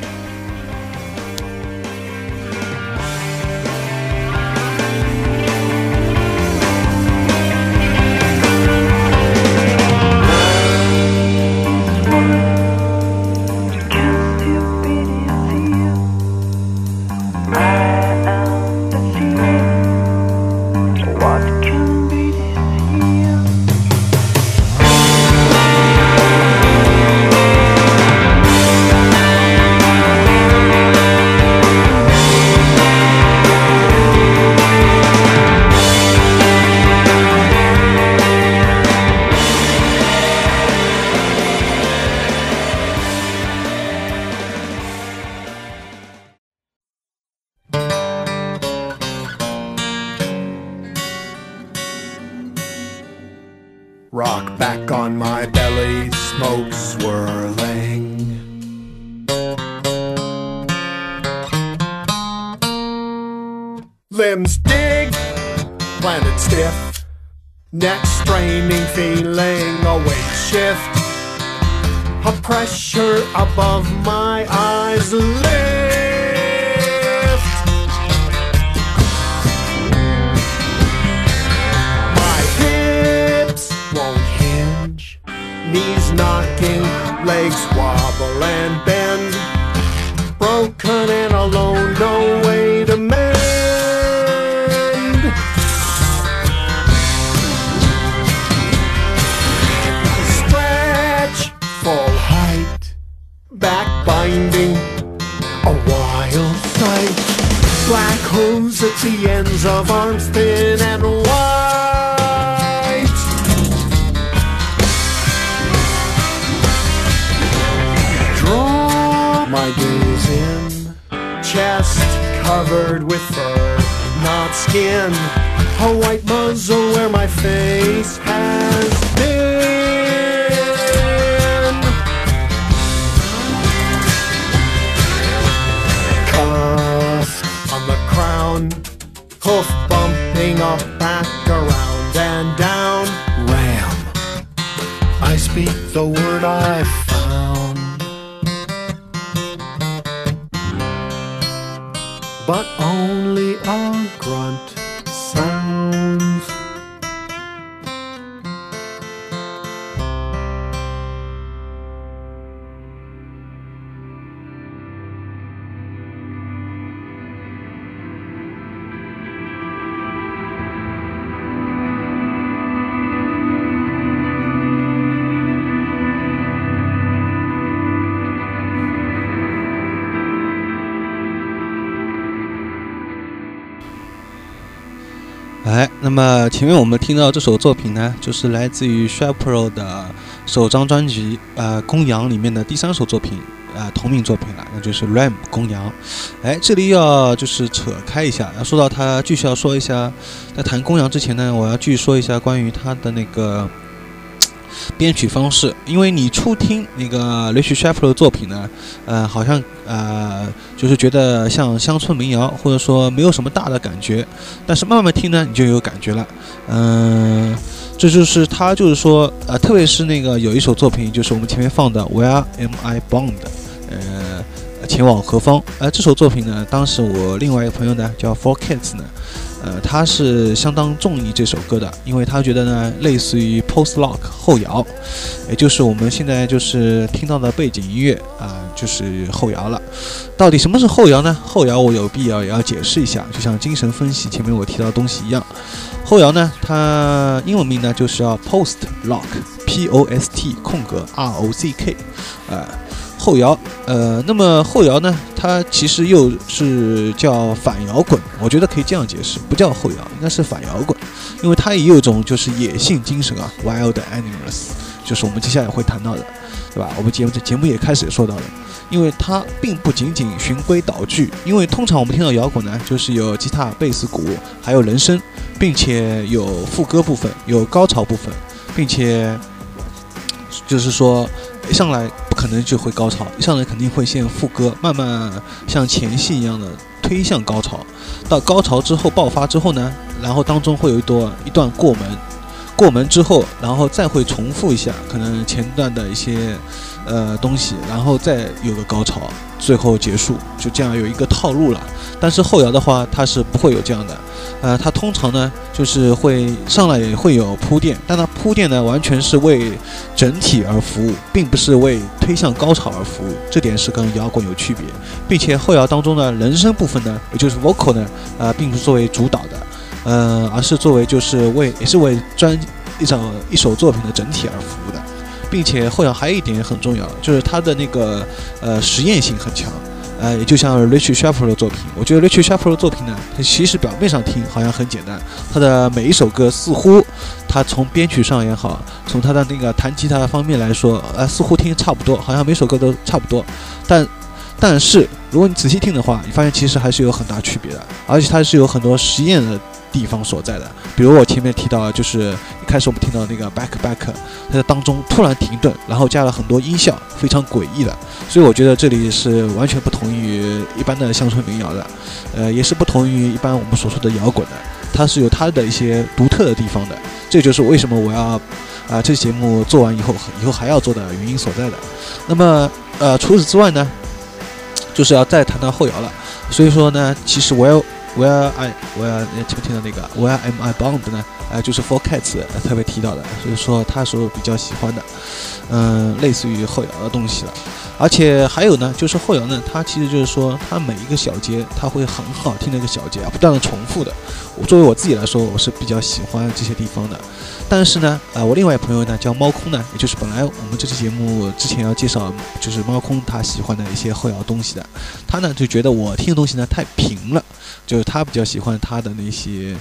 Rock back on my belly, smoke swirling. Limbs dig, planted stiff, neck straining, feeling a weight shift. A pressure above my eyes lift. Knees knocking, legs wobble and bend. Broken and alone, no way to mend. Stretch, full height, back binding, a wild sight. Black hooves at the ends of arms, thin and wide. My gaze in, chest covered with fur, not skin. A white muzzle where my face has been. Cuffs on the crown, hoof bumping up, back, around and down. Ram, I speak the word I found. But only a grunt sounds. 那么前面我们听到这首作品呢，就是来自于 Shapiro 的首张专辑《公羊》里面的第3首作品，同名作品了，那就是 Ram 公羊。这里要就是扯开一下，要说到他，继续要说一下，在谈公羊之前呢，我要继续说一下关于他的那个编曲方式，因为你初听那个 Rich Shapiro 的作品呢，好像就是觉得像乡村民谣，或者说没有什么大的感觉，但是慢慢听呢，你就有感觉了。这就是他就是说，特别是那个有一首作品，就是我们前面放的 Where Am I Bound，前往何方？这首作品呢，当时我另外一个朋友呢叫 Four Kids 呢。他是相当中意这首歌的，因为他觉得呢，类似于 post rock 后摇，也就是我们现在就是听到的背景音乐就是后摇了。到底什么是后摇呢？后摇我有必要也要解释一下，就像精神分析前面我提到的东西一样。后摇呢，它英文名呢就是要 post rock，P-O-S-T ROCK，后摇，那么后摇呢，它其实又是叫反摇滚，我觉得可以这样解释，不叫后摇，应该是反摇滚，因为它也有一种就是野性精神啊 ，Wild Animals， 就是我们接下来会谈到的，对吧？我们节目也开始说到了，因为它并不仅仅循规蹈矩，因为通常我们听到摇滚呢，就是有吉他、贝斯、鼓，还有人声，并且有副歌部分，有高潮部分，并且就是说一上来不可能就会高潮，一上来肯定会先副歌，慢慢像前戏一样的推向高潮，到高潮之后爆发之后呢，然后当中会有一段过门之后，然后再会重复一下可能前段的一些东西，然后再有个高潮，最后结束，就这样有一个套路了。但是后摇的话，它是不会有这样的，它通常呢就是会上来也会有铺垫，但它铺垫呢完全是为整体而服务，并不是为推向高潮而服务，这点是跟摇滚有区别，并且后摇当中呢，人声部分呢，也就是 vocal 呢，并不是作为主导的，而是作为就是也是为一首作品的整体而服务的，并且后摇还有一点很重要，就是它的那个实验性很强。也就像 Rich Shapiro 的作品，我觉得 Rich Shapiro 的作品呢，它其实表面上听好像很简单，他的每一首歌似乎他从编曲上也好，从他的那个弹吉他方面来说，似乎听差不多，好像每首歌都差不多，但是如果你仔细听的话，你发现其实还是有很大区别的，而且它是有很多实验的地方所在的。比如我前面提到，就是一开始我们听到那个 back， 它在当中突然停顿，然后加了很多音效，非常诡异的。所以我觉得这里是完全不同于一般的乡村民谣的，也是不同于一般我们所说的摇滚的，它是有它的一些独特的地方的。这就是为什么我要这期节目做完以后还要做的原因所在的。那么除此之外呢，就是要再谈到后摇了。所以说呢，其实我前面听到那个 Where Am I Bound 呢，就是 Four Cats 特别提到的，所以说他是比较喜欢的，类似于后摇的东西了。而且还有呢，就是后摇呢，它其实就是说，它每一个小节，它会很好听的一个小节不断的重复的。作为我自己来说，我是比较喜欢这些地方的。但是呢，我另外一个朋友呢叫猫空呢，也就是本来我们这期节目之前要介绍，就是猫空他喜欢的一些后摇东西的，他呢就觉得我听的东西呢太平了，就是他比较喜欢他的那些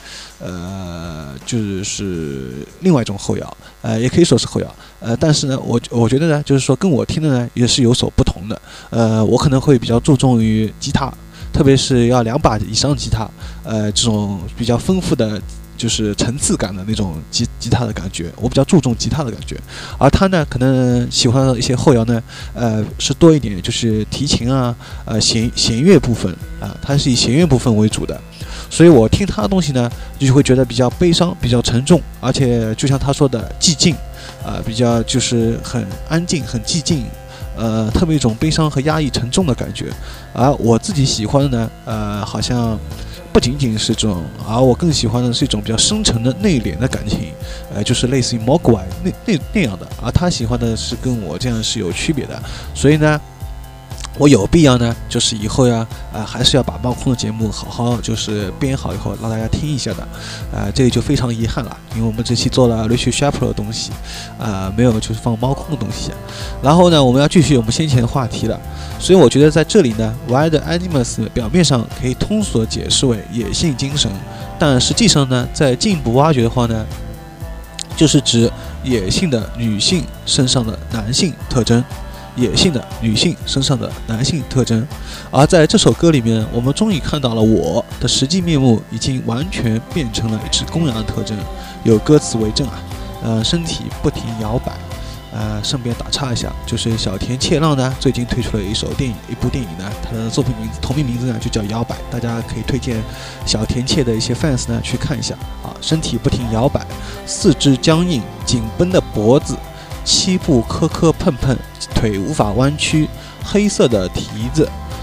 就是另外一种后摇，也可以说是后摇，但是呢，我觉得呢，就是说跟我听的呢也是有所不同的，我可能会比较注重于吉他，特别是要2把以上吉他，这种比较丰富的。就是层次感的那种吉他的感觉，我比较注重吉他的感觉，而他呢，可能喜欢的一些后摇呢，是多一点，就是提琴啊，弦乐部分啊，它是以弦乐部分为主的，所以我听他的东西呢，就会觉得比较悲伤，比较沉重，而且就像他说的寂静，比较就是很安静，很寂静。特别一种悲伤和压抑沉重的感觉，而我自己喜欢的呢，好像不仅仅是这种，而我更喜欢的是一种比较深沉的内敛的感情，就是类似于 Mogwai 那样的，而他喜欢的是跟我这样是有区别的，所以呢， 我有必要呢，就是以后呀，还是要把猫空的节目好好就是编好以后让大家听一下的，这里就非常遗憾了，因为我们这期做了 Richie Sharp 的东西，没有就是放猫空的东西。然后呢，我们要继续我们先前的话题了，所以我觉得在这里呢 ，Wild Animals 表面上可以通俗的解释为野性精神，但实际上呢，在进一步挖掘的话呢，就是指野性的女性身上的男性特征。野性的女性身上的男性特征，而在这首歌里面，我们终于看到了我的实际面目已经完全变成了一只公羊的特征，有歌词为证啊，身体不停摇摆，顺便打岔一下，就是小田切让呢最近推出了一部电影呢，它的作品名字同名名字呢就叫摇摆，大家可以推荐小田切的一些 fans 呢去看一下啊，身体不停摇摆，四肢僵硬，紧绷的脖子。膝部磕磕碰碰，腿无法弯曲，黑色的蹄子，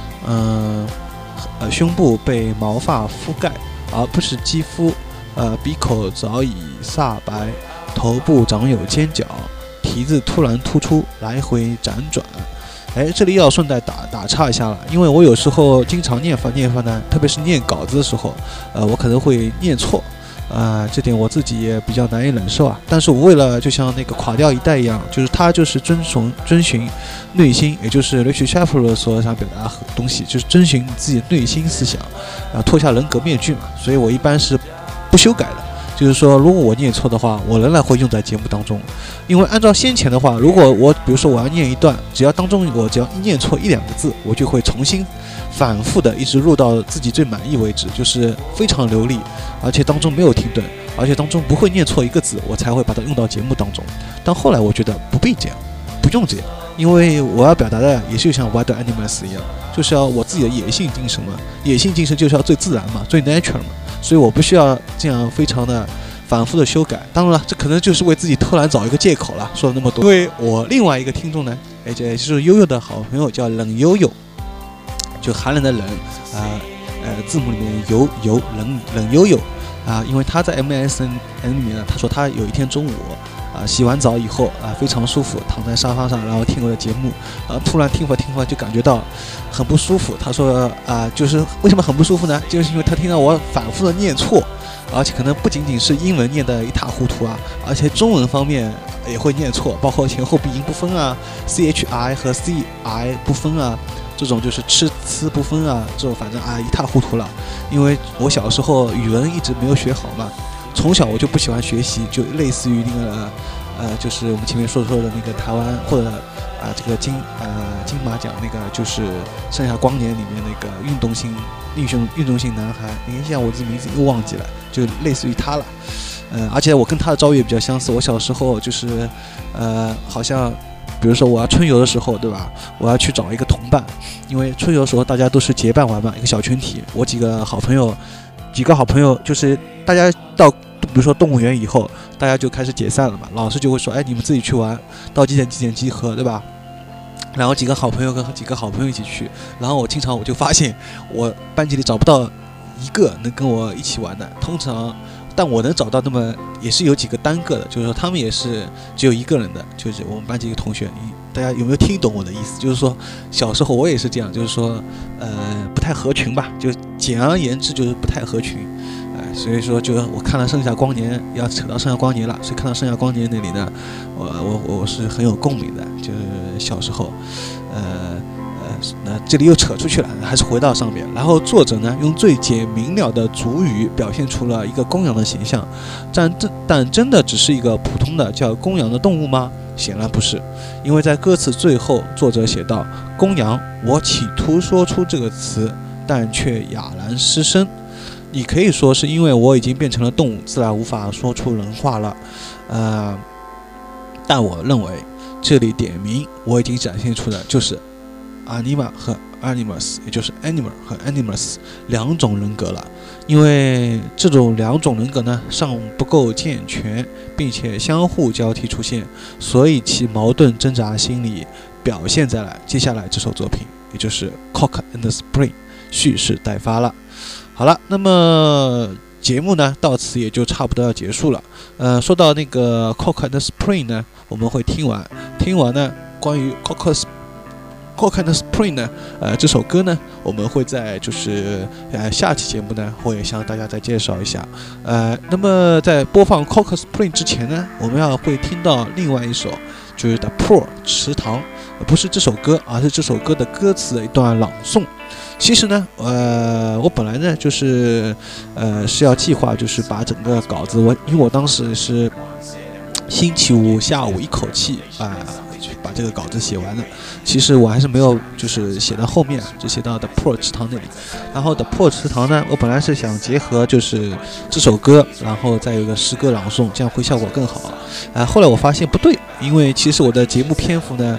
胸部被毛发覆盖，而不是肌肤，鼻口早已煞白，头部长有尖角，蹄子突然突出，来回辗转。这里要顺带打岔一下了，因为我有时候经常念法呢，特别是念稿子的时候，我可能会念错。这点我自己也比较难以忍受啊。但是我为了就像那个垮掉一代一样，就是他就是遵循内心，也就是 Richie Sharp 所想表达的东西，就是遵循自己的内心思想，脱下人格面具嘛。所以我一般是不修改的，就是说如果我念错的话，我仍然会用在节目当中。因为按照先前的话，如果我比如说我要念一段，只要念错一两个字，我就会重新反复的一直录到自己最满意为止，就是非常流利，而且当中没有停顿，而且当中不会念错一个字，我才会把它用到节目当中。但后来我觉得不必这样，不用这样，因为我要表达的也是像 Wild Animals 一样，就是要我自己的野性精神嘛，野性精神就是要最自然嘛，最 natural 嘛，所以我不需要这样非常的反复的修改。当然了，这可能就是为自己偷懒找一个借口了，说了那么多。因为我另外一个听众呢，也就是悠悠的好朋友叫冷悠悠，就寒冷的冷字母里面冷悠悠因为他在 MSN 里面呢，他说他有一天中午洗完澡以后非常舒服，躺在沙发上，然后听我的节目，突然听会就感觉到很不舒服。他说就是为什么很不舒服呢？就是因为他听到我反复的念错，而且可能不仅仅是英文念得一塌糊涂而且中文方面也会念错，包括前后鼻音不分CHI 和 CI 不分这种就是吃词不分这种反正一塌糊涂了。因为我小时候语文一直没有学好嘛，从小我就不喜欢学习，就类似于那个就是我们前面说的那个台湾或者这个金马奖那个就是《盛夏光年》里面那个运动型男孩，你看现在我这名字又忘记了，就类似于他了。而且我跟他的遭遇也比较相似，我小时候就是好像比如说我要春游的时候，对吧？我要去找一个同伴，因为春游的时候大家都是结伴玩嘛，一个小群体。我几个好朋友就是大家到比如说动物园以后，大家就开始解散了嘛。老师就会说，你们自己去玩，到几点集合，对吧？然后几个好朋友跟几个好朋友一起去，然后我就发现我班级里找不到一个能跟我一起玩的，但我能找到那么也是有几个单个的，就是说他们也是只有一个人的，就是我们班级一个同学。大家有没有听懂我的意思？就是说小时候我也是这样，就是说不太合群吧，就简而言之就是不太合群。所以说就我看了《盛夏光年》，要扯到《盛夏光年》了，所以看到《盛夏光年》那里呢，我是很有共鸣的，就是小时候这里又扯出去了，还是回到上面。然后作者呢，用最简明了的主语表现出了一个公羊的形象，但真的只是一个普通的叫公羊的动物吗？显然不是，因为在歌词最后，作者写道：“公羊，我企图说出这个词，但却哑然失声。你可以说是因为我已经变成了动物，自然无法说出人话了。但我认为这里点名我已经展现出的就是。” Anima 和 Animus， 也就是 Animal 和 Animus 两种人格了，因为这种两种人格呢尚不够健全，并且相互交替出现，所以其矛盾挣扎心理表现在了接下来这首作品，也就是 Cock and Spring 蓄势待发了。好了，那么节目呢到此也就差不多要结束了。说到那个 Cock and Spring 呢，我们会听完呢关于 Cock Coke and Spring 呢，这首歌呢，我们会在就是下期节目呢会向大家再介绍一下。那么在播放 Coke Spring 之前呢，我们会听到另外一首，就是 The Poor 池塘，不是这首歌，而是这首歌的歌词的一段朗诵。其实呢，我本来呢就是是要计划就是把整个稿子，因为我当时是星期五下午一口气把这个稿子写完了。其实我还是没有就是写到后面，就写到 The Poor 池塘那里。然后 The Poor 池塘呢，我本来是想结合就是这首歌，然后再有一个诗歌朗诵，这样会效果更好。后来我发现不对，因为其实我的节目篇幅呢，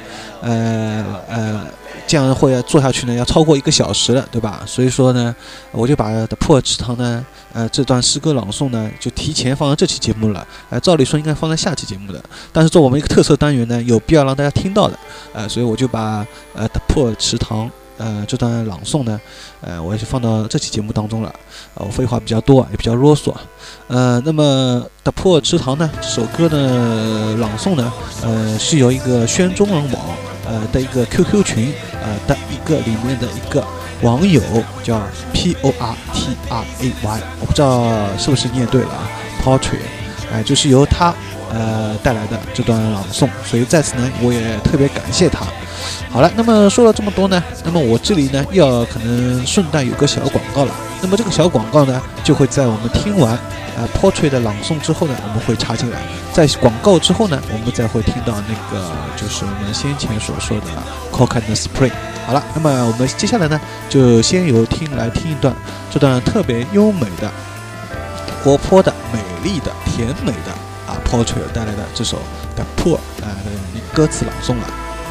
这样会做下去呢，要超过1个小时了，对吧？所以说呢，我就把 The Poor 池塘呢，这段诗歌朗诵呢，就提前放到这期节目了。照理说应该放在下期节目的，但是做我们一个特色单元呢，有必要让大家听到的，所以我就把The Poor 池塘这段朗诵呢，我也就放到这期节目当中了。我废话比较多，也比较啰嗦。那么 The Poor 池塘呢，这首歌的朗诵呢，是由一个宣中文网的一个 QQ 群的一个里面的一个网友叫 PORTRAY， 我不知道是不是念对了啊 ，Portrait， 就是由他带来的这段朗诵，所以在此呢，我也特别感谢他。好了，那么说了这么多呢，那么我这里呢要可能顺带有个小广告了。那么这个小广告呢，就会在我们听完Portrait 的朗诵之后呢，我们会插进来。在广告之后呢，我们再会听到那个就是我们先前所说的 Coke and Spring。好了，那么我们接下来呢，就先来听一段这段特别优美的、活泼的、美丽的、甜美的Portrait 带来的这首 The Poor 的歌词朗诵了。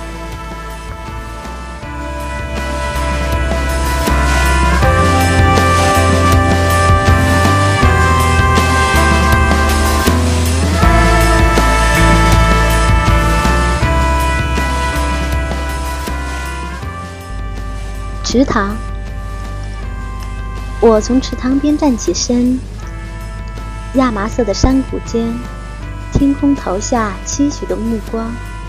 池塘，我从池塘边站起身，亚麻色的山谷间，天空投下期许的目光，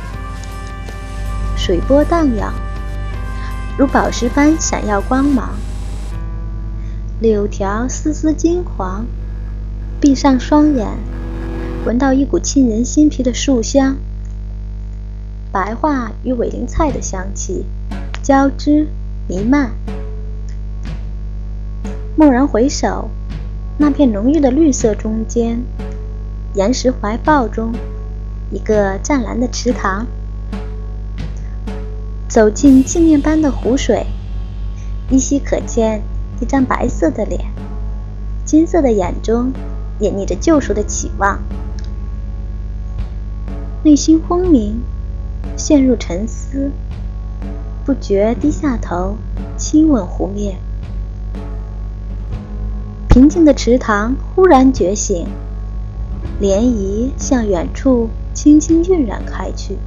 水波荡漾，如宝石般闪耀光芒。柳条丝丝金黄，闭上双眼，闻到一股沁人心脾的树香，白桦与委陵菜的香气交织弥漫。蓦然回首，那片浓郁的绿色中间，岩石怀抱中，一个湛蓝的池塘。走进镜面般的湖水，依稀可见一张白色的脸，金色的眼中掩匿着救赎的期望。内心昏迷，陷入沉思，不觉低下头亲吻湖面。平静的池塘忽然觉醒，涟漪向远处轻轻晕染开去。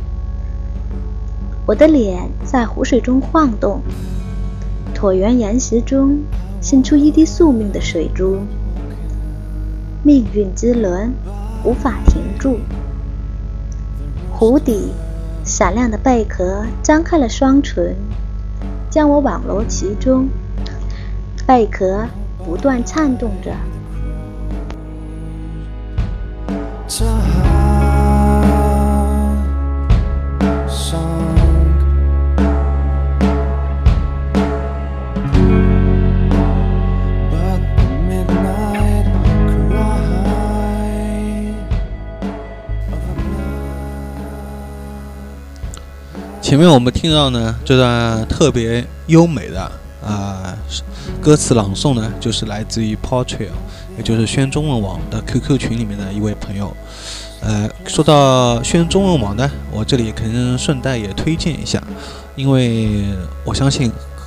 我的脸在湖水中晃动，椭圆岩石中渗出一滴宿命的水珠。命运之轮无法停住。湖底闪亮的贝壳张开了双唇，将我网罗其中。贝壳不断颤动着。 前面我们听到呢这段特别优美的歌词朗诵呢，就是来自于 Portrait， 也就是宣中文网的 QQ 群里面的一位朋友。说到宣中文网呢，我这里可能顺带也推荐一下，因为我相信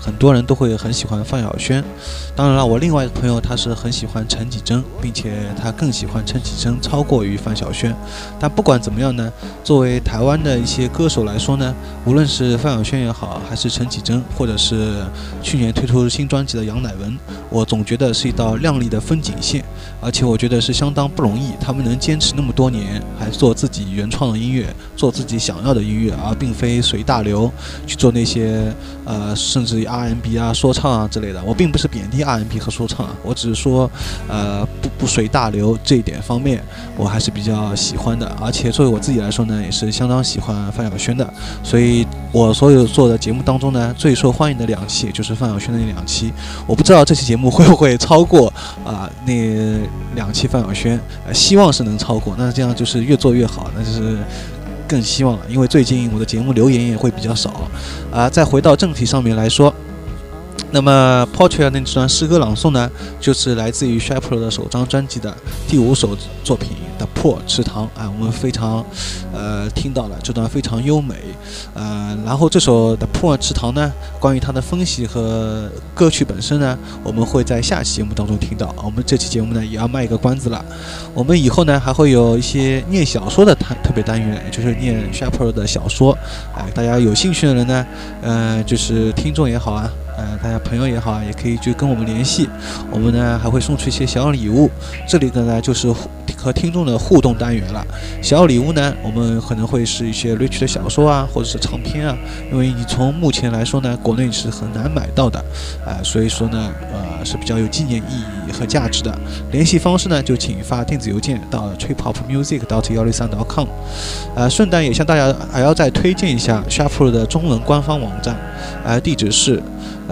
很多人都会很喜欢范晓萱。当然了，我另外一个朋友他是很喜欢陈绮贞，并且他更喜欢陈绮贞超过于范晓萱。但不管怎么样呢，作为台湾的一些歌手来说呢，无论是范晓萱也好，还是陈绮贞，或者是去年推出新专辑的杨乃文，我总觉得是一道亮丽的风景线，而且我觉得是相当不容易，他们能坚持那么多年，还做自己原创的音乐，做自己想要的音乐，而并非随大流去做那些甚至于 R&B 啊、说唱啊之类的。我并不是贬低 R&B 和说唱啊，我只是说不随大流这一点方面，我还是比较喜欢的。而且作为我自己来说呢，也是相当喜欢范晓萱的，所以我所有做的节目当中呢，最受欢迎的2期就是范晓萱的那2期。我不知道这期节目会不会超过那2期范晓萱，希望是能超过，那这样就是越做越好，那就是更希望了。因为最近我的节目留言也会比较少再回到正题上面来说，那么 Portrait 那段诗歌朗诵呢，就是来自于 Shapiro 的首张专辑的第5首作品的破池塘我们非常听到了这段非常优美然后这首的破池塘呢，关于它的分析和歌曲本身呢，我们会在下期节目当中听到。我们这期节目呢也要卖一个关子了，我们以后呢还会有一些念小说的特别单元，也就是念 Shapiro 的小说大家有兴趣的人呢就是听众也好啊，大家朋友也好，也可以去跟我们联系。我们呢还会送出一些小礼物，这里的呢就是和听众的互动单元了。小礼物呢，我们可能会是一些 Rich 的小说啊，或者是长篇啊，因为你从目前来说呢，国内是很难买到的所以说呢是比较有纪念意义和价值的。联系方式呢，就请发电子邮件到 tripopmusic.163.com。顺带也向大家还要再推荐一下 Shapiro 的中文官方网站地址是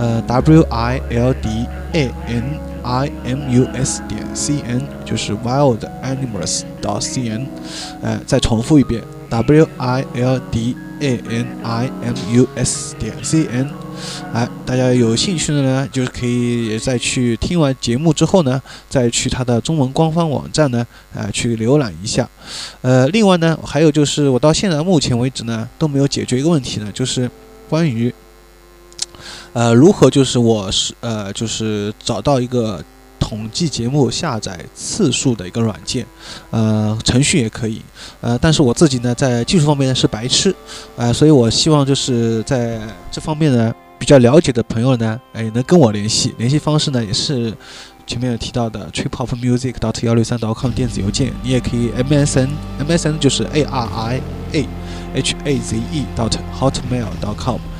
wildanimus.cn， 就是 wildanimus.cn。再重复一遍 wildanimus.cn。大家有兴趣的呢，就是可以也再去听完节目之后呢，再去它的中文官方网站呢去浏览一下。另外呢，还有就是我到现在目前为止呢都没有解决一个问题呢，就是关于如何就是找到一个统计节目下载次数的一个软件，程序也可以，但是我自己呢在技术方面呢是白痴，所以我希望就是在这方面呢比较了解的朋友呢，能跟我联系，联系方式呢也是前面有提到的 tripopmusic.163.com 电子邮件，你也可以 MSN 就是 ariahaze.hotmail.com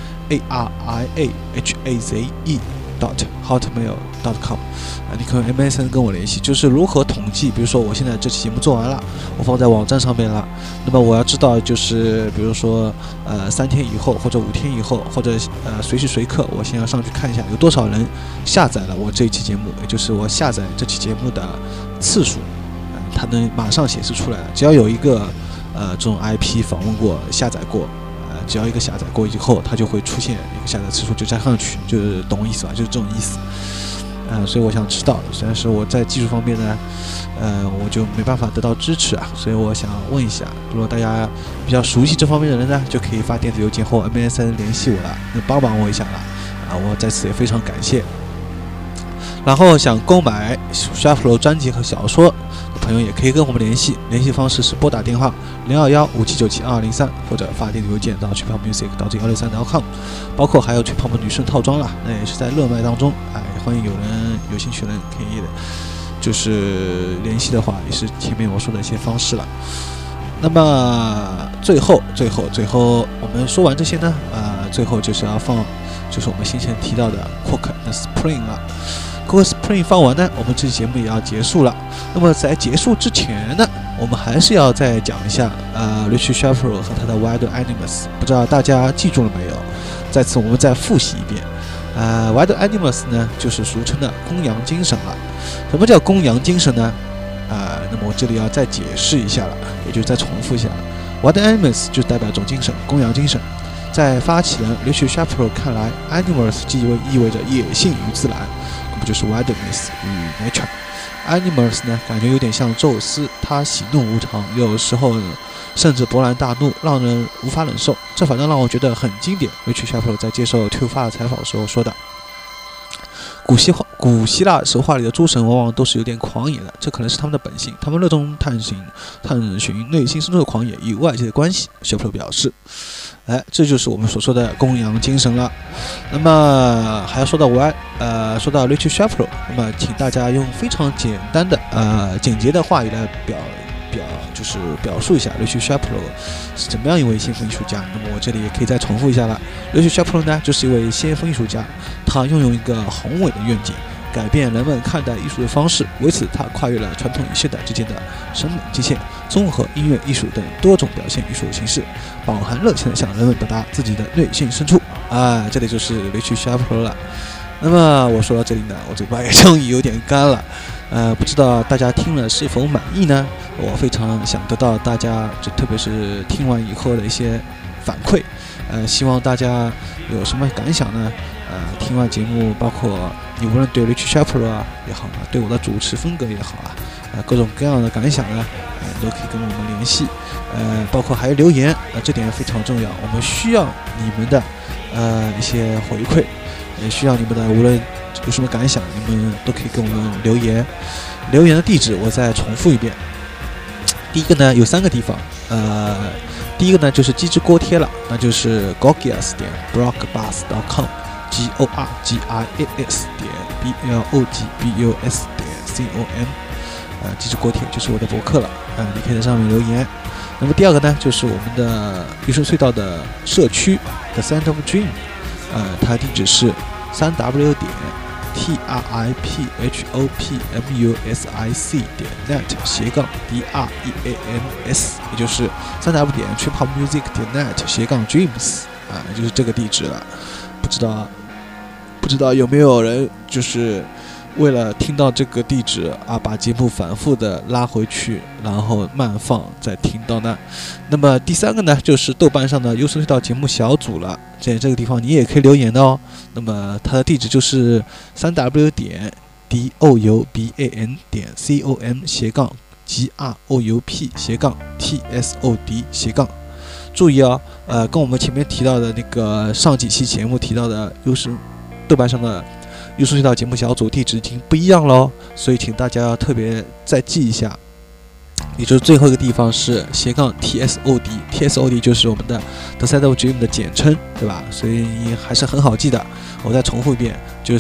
ariahaze.hotmail.com 你可以 MSN 跟我联系，就是如何统计，比如说我现在这期节目做完了，我放在网站上面了，那么我要知道就是比如说3天以后或者5天以后或者随时随刻，我先要上去看一下有多少人下载了我这一期节目，也就是我下载这期节目的次数，它能马上显示出来了。只要有一个这种 IP 访问过下载过，只要一个下载过以后，它就会出现一个下载次数就加上去，就是懂我意思吧？就是这种意思。所以我想知道，虽然是我在技术方面呢，我就没办法得到支持所以我想问一下，如果大家比较熟悉这方面的人呢，就可以发电子邮件或 MSN 联系我了，能帮忙我一下了我在此也非常感谢。然后想购买 Shapiro 专辑和小说的朋友也可以跟我们联系，联系方式是拨打电话021-5797-2203，或者发电子邮件到 tripopmusic.163.com， 包括还有 tripop 女生套装啦，那也是在热卖当中，欢迎有人有兴趣的人可以就是联系的话，也是前面我说的一些方式了。那么最后我们说完这些呢，最后就是要放就是我们先前提到的 Cook and Spring 了。Cook Spring 放完呢，我们这期节目也要结束了。那么在结束之前呢，我们还是要再讲一下Richie Shapiro 和他的 Wild Animals， 不知道大家记住了没有？在此我们再复习一遍。Wild Animals 呢，就是俗称的公羊精神了。什么叫公羊精神呢？那么我这里要再解释一下了，也就再重复一下了。Wild Animals 就代表一种精神，公羊精神。在发起人 Richie Shapiro 看来 ，Animals 即意味着野性与自然，那么就是 Wildness 与 Nature。Animals 呢，感觉有点像宙斯，他喜怒无常，有时候甚至勃然大怒，让人无法忍受。这反正让我觉得很经典。Richie Schaefer在接受 Too-Far 采访的时候说的。古希腊神话里的诸神往往都是有点狂野的，这可能是他们的本性，他们热衷探寻内心深处的狂野与外界的关系。Schaefer 表示，这就是我们所说的公羊精神了。那么还要说到说到 Richie Schaefer， 那么请大家用非常简单的简洁的话语来表述一下 Richie Schaefer 是怎么样一位先锋艺术家。那么我这里也可以再重复一下了。Richie Schaefer 呢，就是一位先锋艺术家，他拥有一个宏伟的愿景，改变人们看待艺术的方式。为此，他跨越了传统与现代之间的审美界限，综合音乐、艺术等多种表现艺术形式，饱含热情地向人们表达自己的内心深处。这里就是 Richie Schaefer 了。那么我说到这里呢，我嘴巴也终于有点干了。不知道大家听了是否满意呢？我非常想得到大家，特别是听完以后的一些反馈。希望大家有什么感想呢？听完节目，包括你无论对 Richie Schaefer 也好对我的主持风格也好各种各样的感想呢，都可以跟我们联系。包括还有留言，这点非常重要。我们需要你们的一些回馈，也需要你们的无论有什么感想，你们都可以跟我们留言。留言的地址我再重复一遍。第一个呢有3个地方，第一个呢就是机智锅贴了，那就是 gorgias.blogspot.com gorgias.blogbus.com，机智锅贴就是我的博客了，你可以在上面留言。那么第二个呢就是我们的玉生隧道的社区 The Center of Dream，它的地址是www.tripopmusic.net/dreams，也就是www.tripopmusic.net/dreams，就是这个地址了。不知道有没有人就是为了听到这个地址把节目反复的拉回去，然后慢放再听到呢？那么第3个呢就是豆瓣上的优声隧道节目小组了，在这个地方你也可以留言的哦。那么它的地址就是www.douban/group/tsod/。注意哦，跟我们前面提到的那个上几期节目提到的豆瓣上的优声隧道节目小组地址已经不一样咯，所以请大家要特别再记一下。也就是最后一个地方是/TSOD，TSOD 就是我们的 The Center of Dream 的简称，对吧？所以还是很好记的。我再重复一遍，就是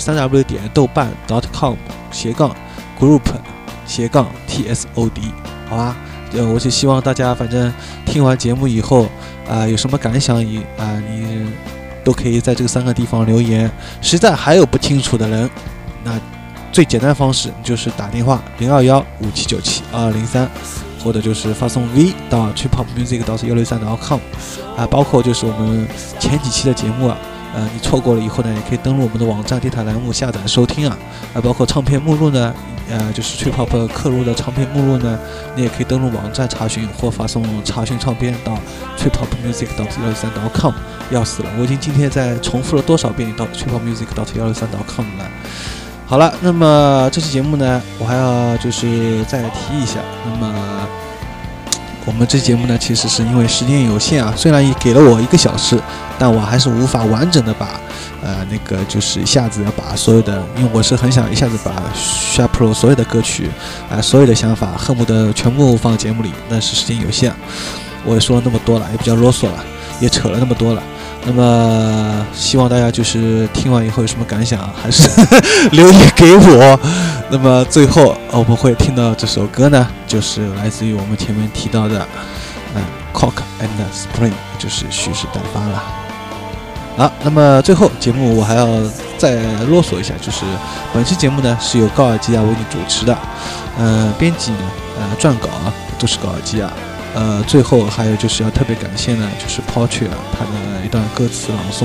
www.豆瓣.com/group/TSOD， 好吧？我就希望大家反正听完节目以后有什么感想你都可以在这个3个地方留言。实在还有不清楚的人，那最简单的方式就是打电话021-5797-2203，或者就是发送 V 到 tripopmusic.163.com， 包括就是我们前几期的节目你错过了以后呢，也可以登录我们的网站电台栏目下载收听包括唱片目录呢，就是 Trip-Hop 刻录的唱片目录呢，你也可以登录网站查询或发送查询唱片到 tripopmusic.163.com。 要死了，我已经今天在重复了多少遍到 tripopmusic.163.com 了。好了，那么这期节目呢，我还要就是再提一下。那么我们这期节目呢，其实是因为时间有限虽然也给了我1个小时，但我还是无法完整的把那个就是一下子要把所有的，因为我是很想一下子把 Schaefer 所有的歌曲所有的想法恨不得全部放节目里，但是时间有限，我也说了那么多了，也比较啰嗦了，也扯了那么多了。那么希望大家就是听完以后有什么感想还是留言给我。那么最后我们会听到这首歌呢，就是来自于我们前面提到的Cock and Spring， 就是蓄势待发了。好，那么最后节目我还要再啰嗦一下，就是本期节目呢是由高尔基亚为你主持的，编辑呢撰稿都是高尔基亚。最后还有就是要特别感谢呢，就是 Portrait 他的一段歌词朗诵，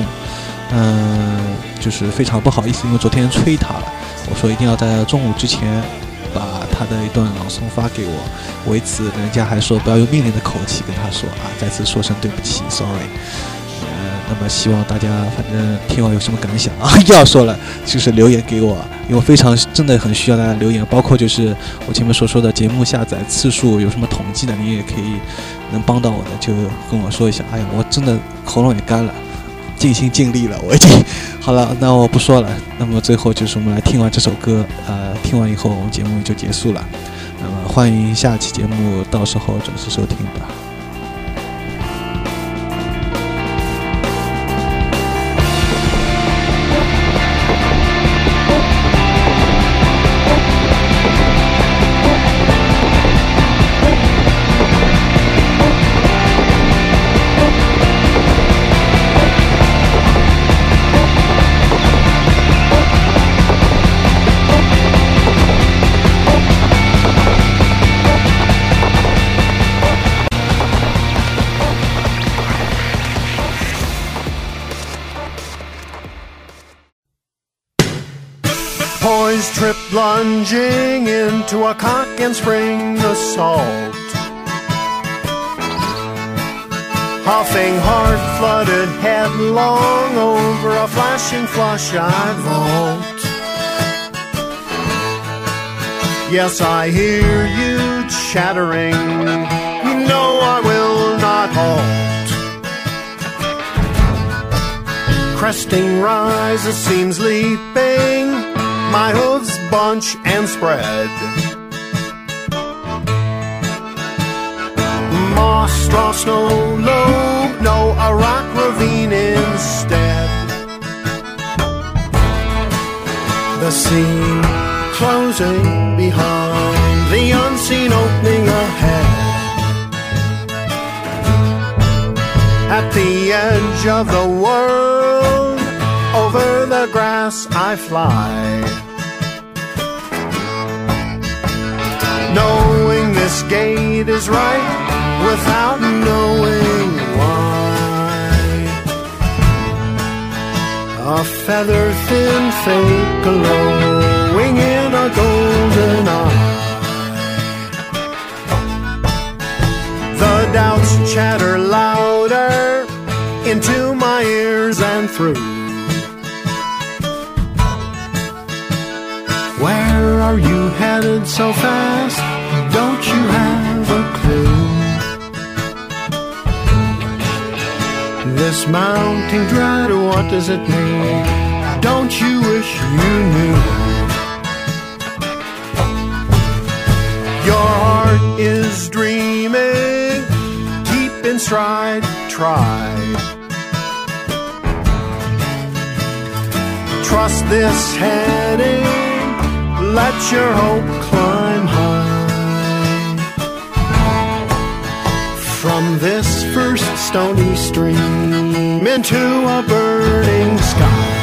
就是非常不好意思，因为昨天催他了，我说一定要在中午之前把他的一段朗诵发给我，为此人家还说不要用命令的口气跟他说再次说声对不起 ，sorry。那么希望大家反正听完有什么感想要说了就是留言给我，因为我非常真的很需要大家留言，包括就是我前面所说的节目下载次数有什么统计的，你也可以能帮到我的就跟我说一下。哎呀，我真的喉咙也干了，尽心尽力了，我已经好了。那我不说了。那么最后就是我们来听完这首歌，听完以后我们节目就结束了。那么欢迎下期节目到时候准时收听吧。 Poised, trip, lunging into a cock and spring assault. Huffing, heart-flooded, headlong over a flashing flush I vault. Yes, I hear you chattering. No, I will not halt. Cresting rise, it seems leaping. My hooves bunch and spread. Moss, straw, snow, lobe, no, a rock ravine instead. The scene closing behind, the unseen opening ahead. At the edge of the world, over the grass I fly. Knowing this gate is right, without knowing why. A feather-thin fake glowing in a golden eye. The doubts chatter louder into my ears and through. Where are you headed so fast? Don't you have a clue? This mounting dread, what does it mean? Don't you wish you knew? Your heart is dreaming, keep in stride, try. Trust this heading, let your hope climb high. From this first stony stream into a burning sky.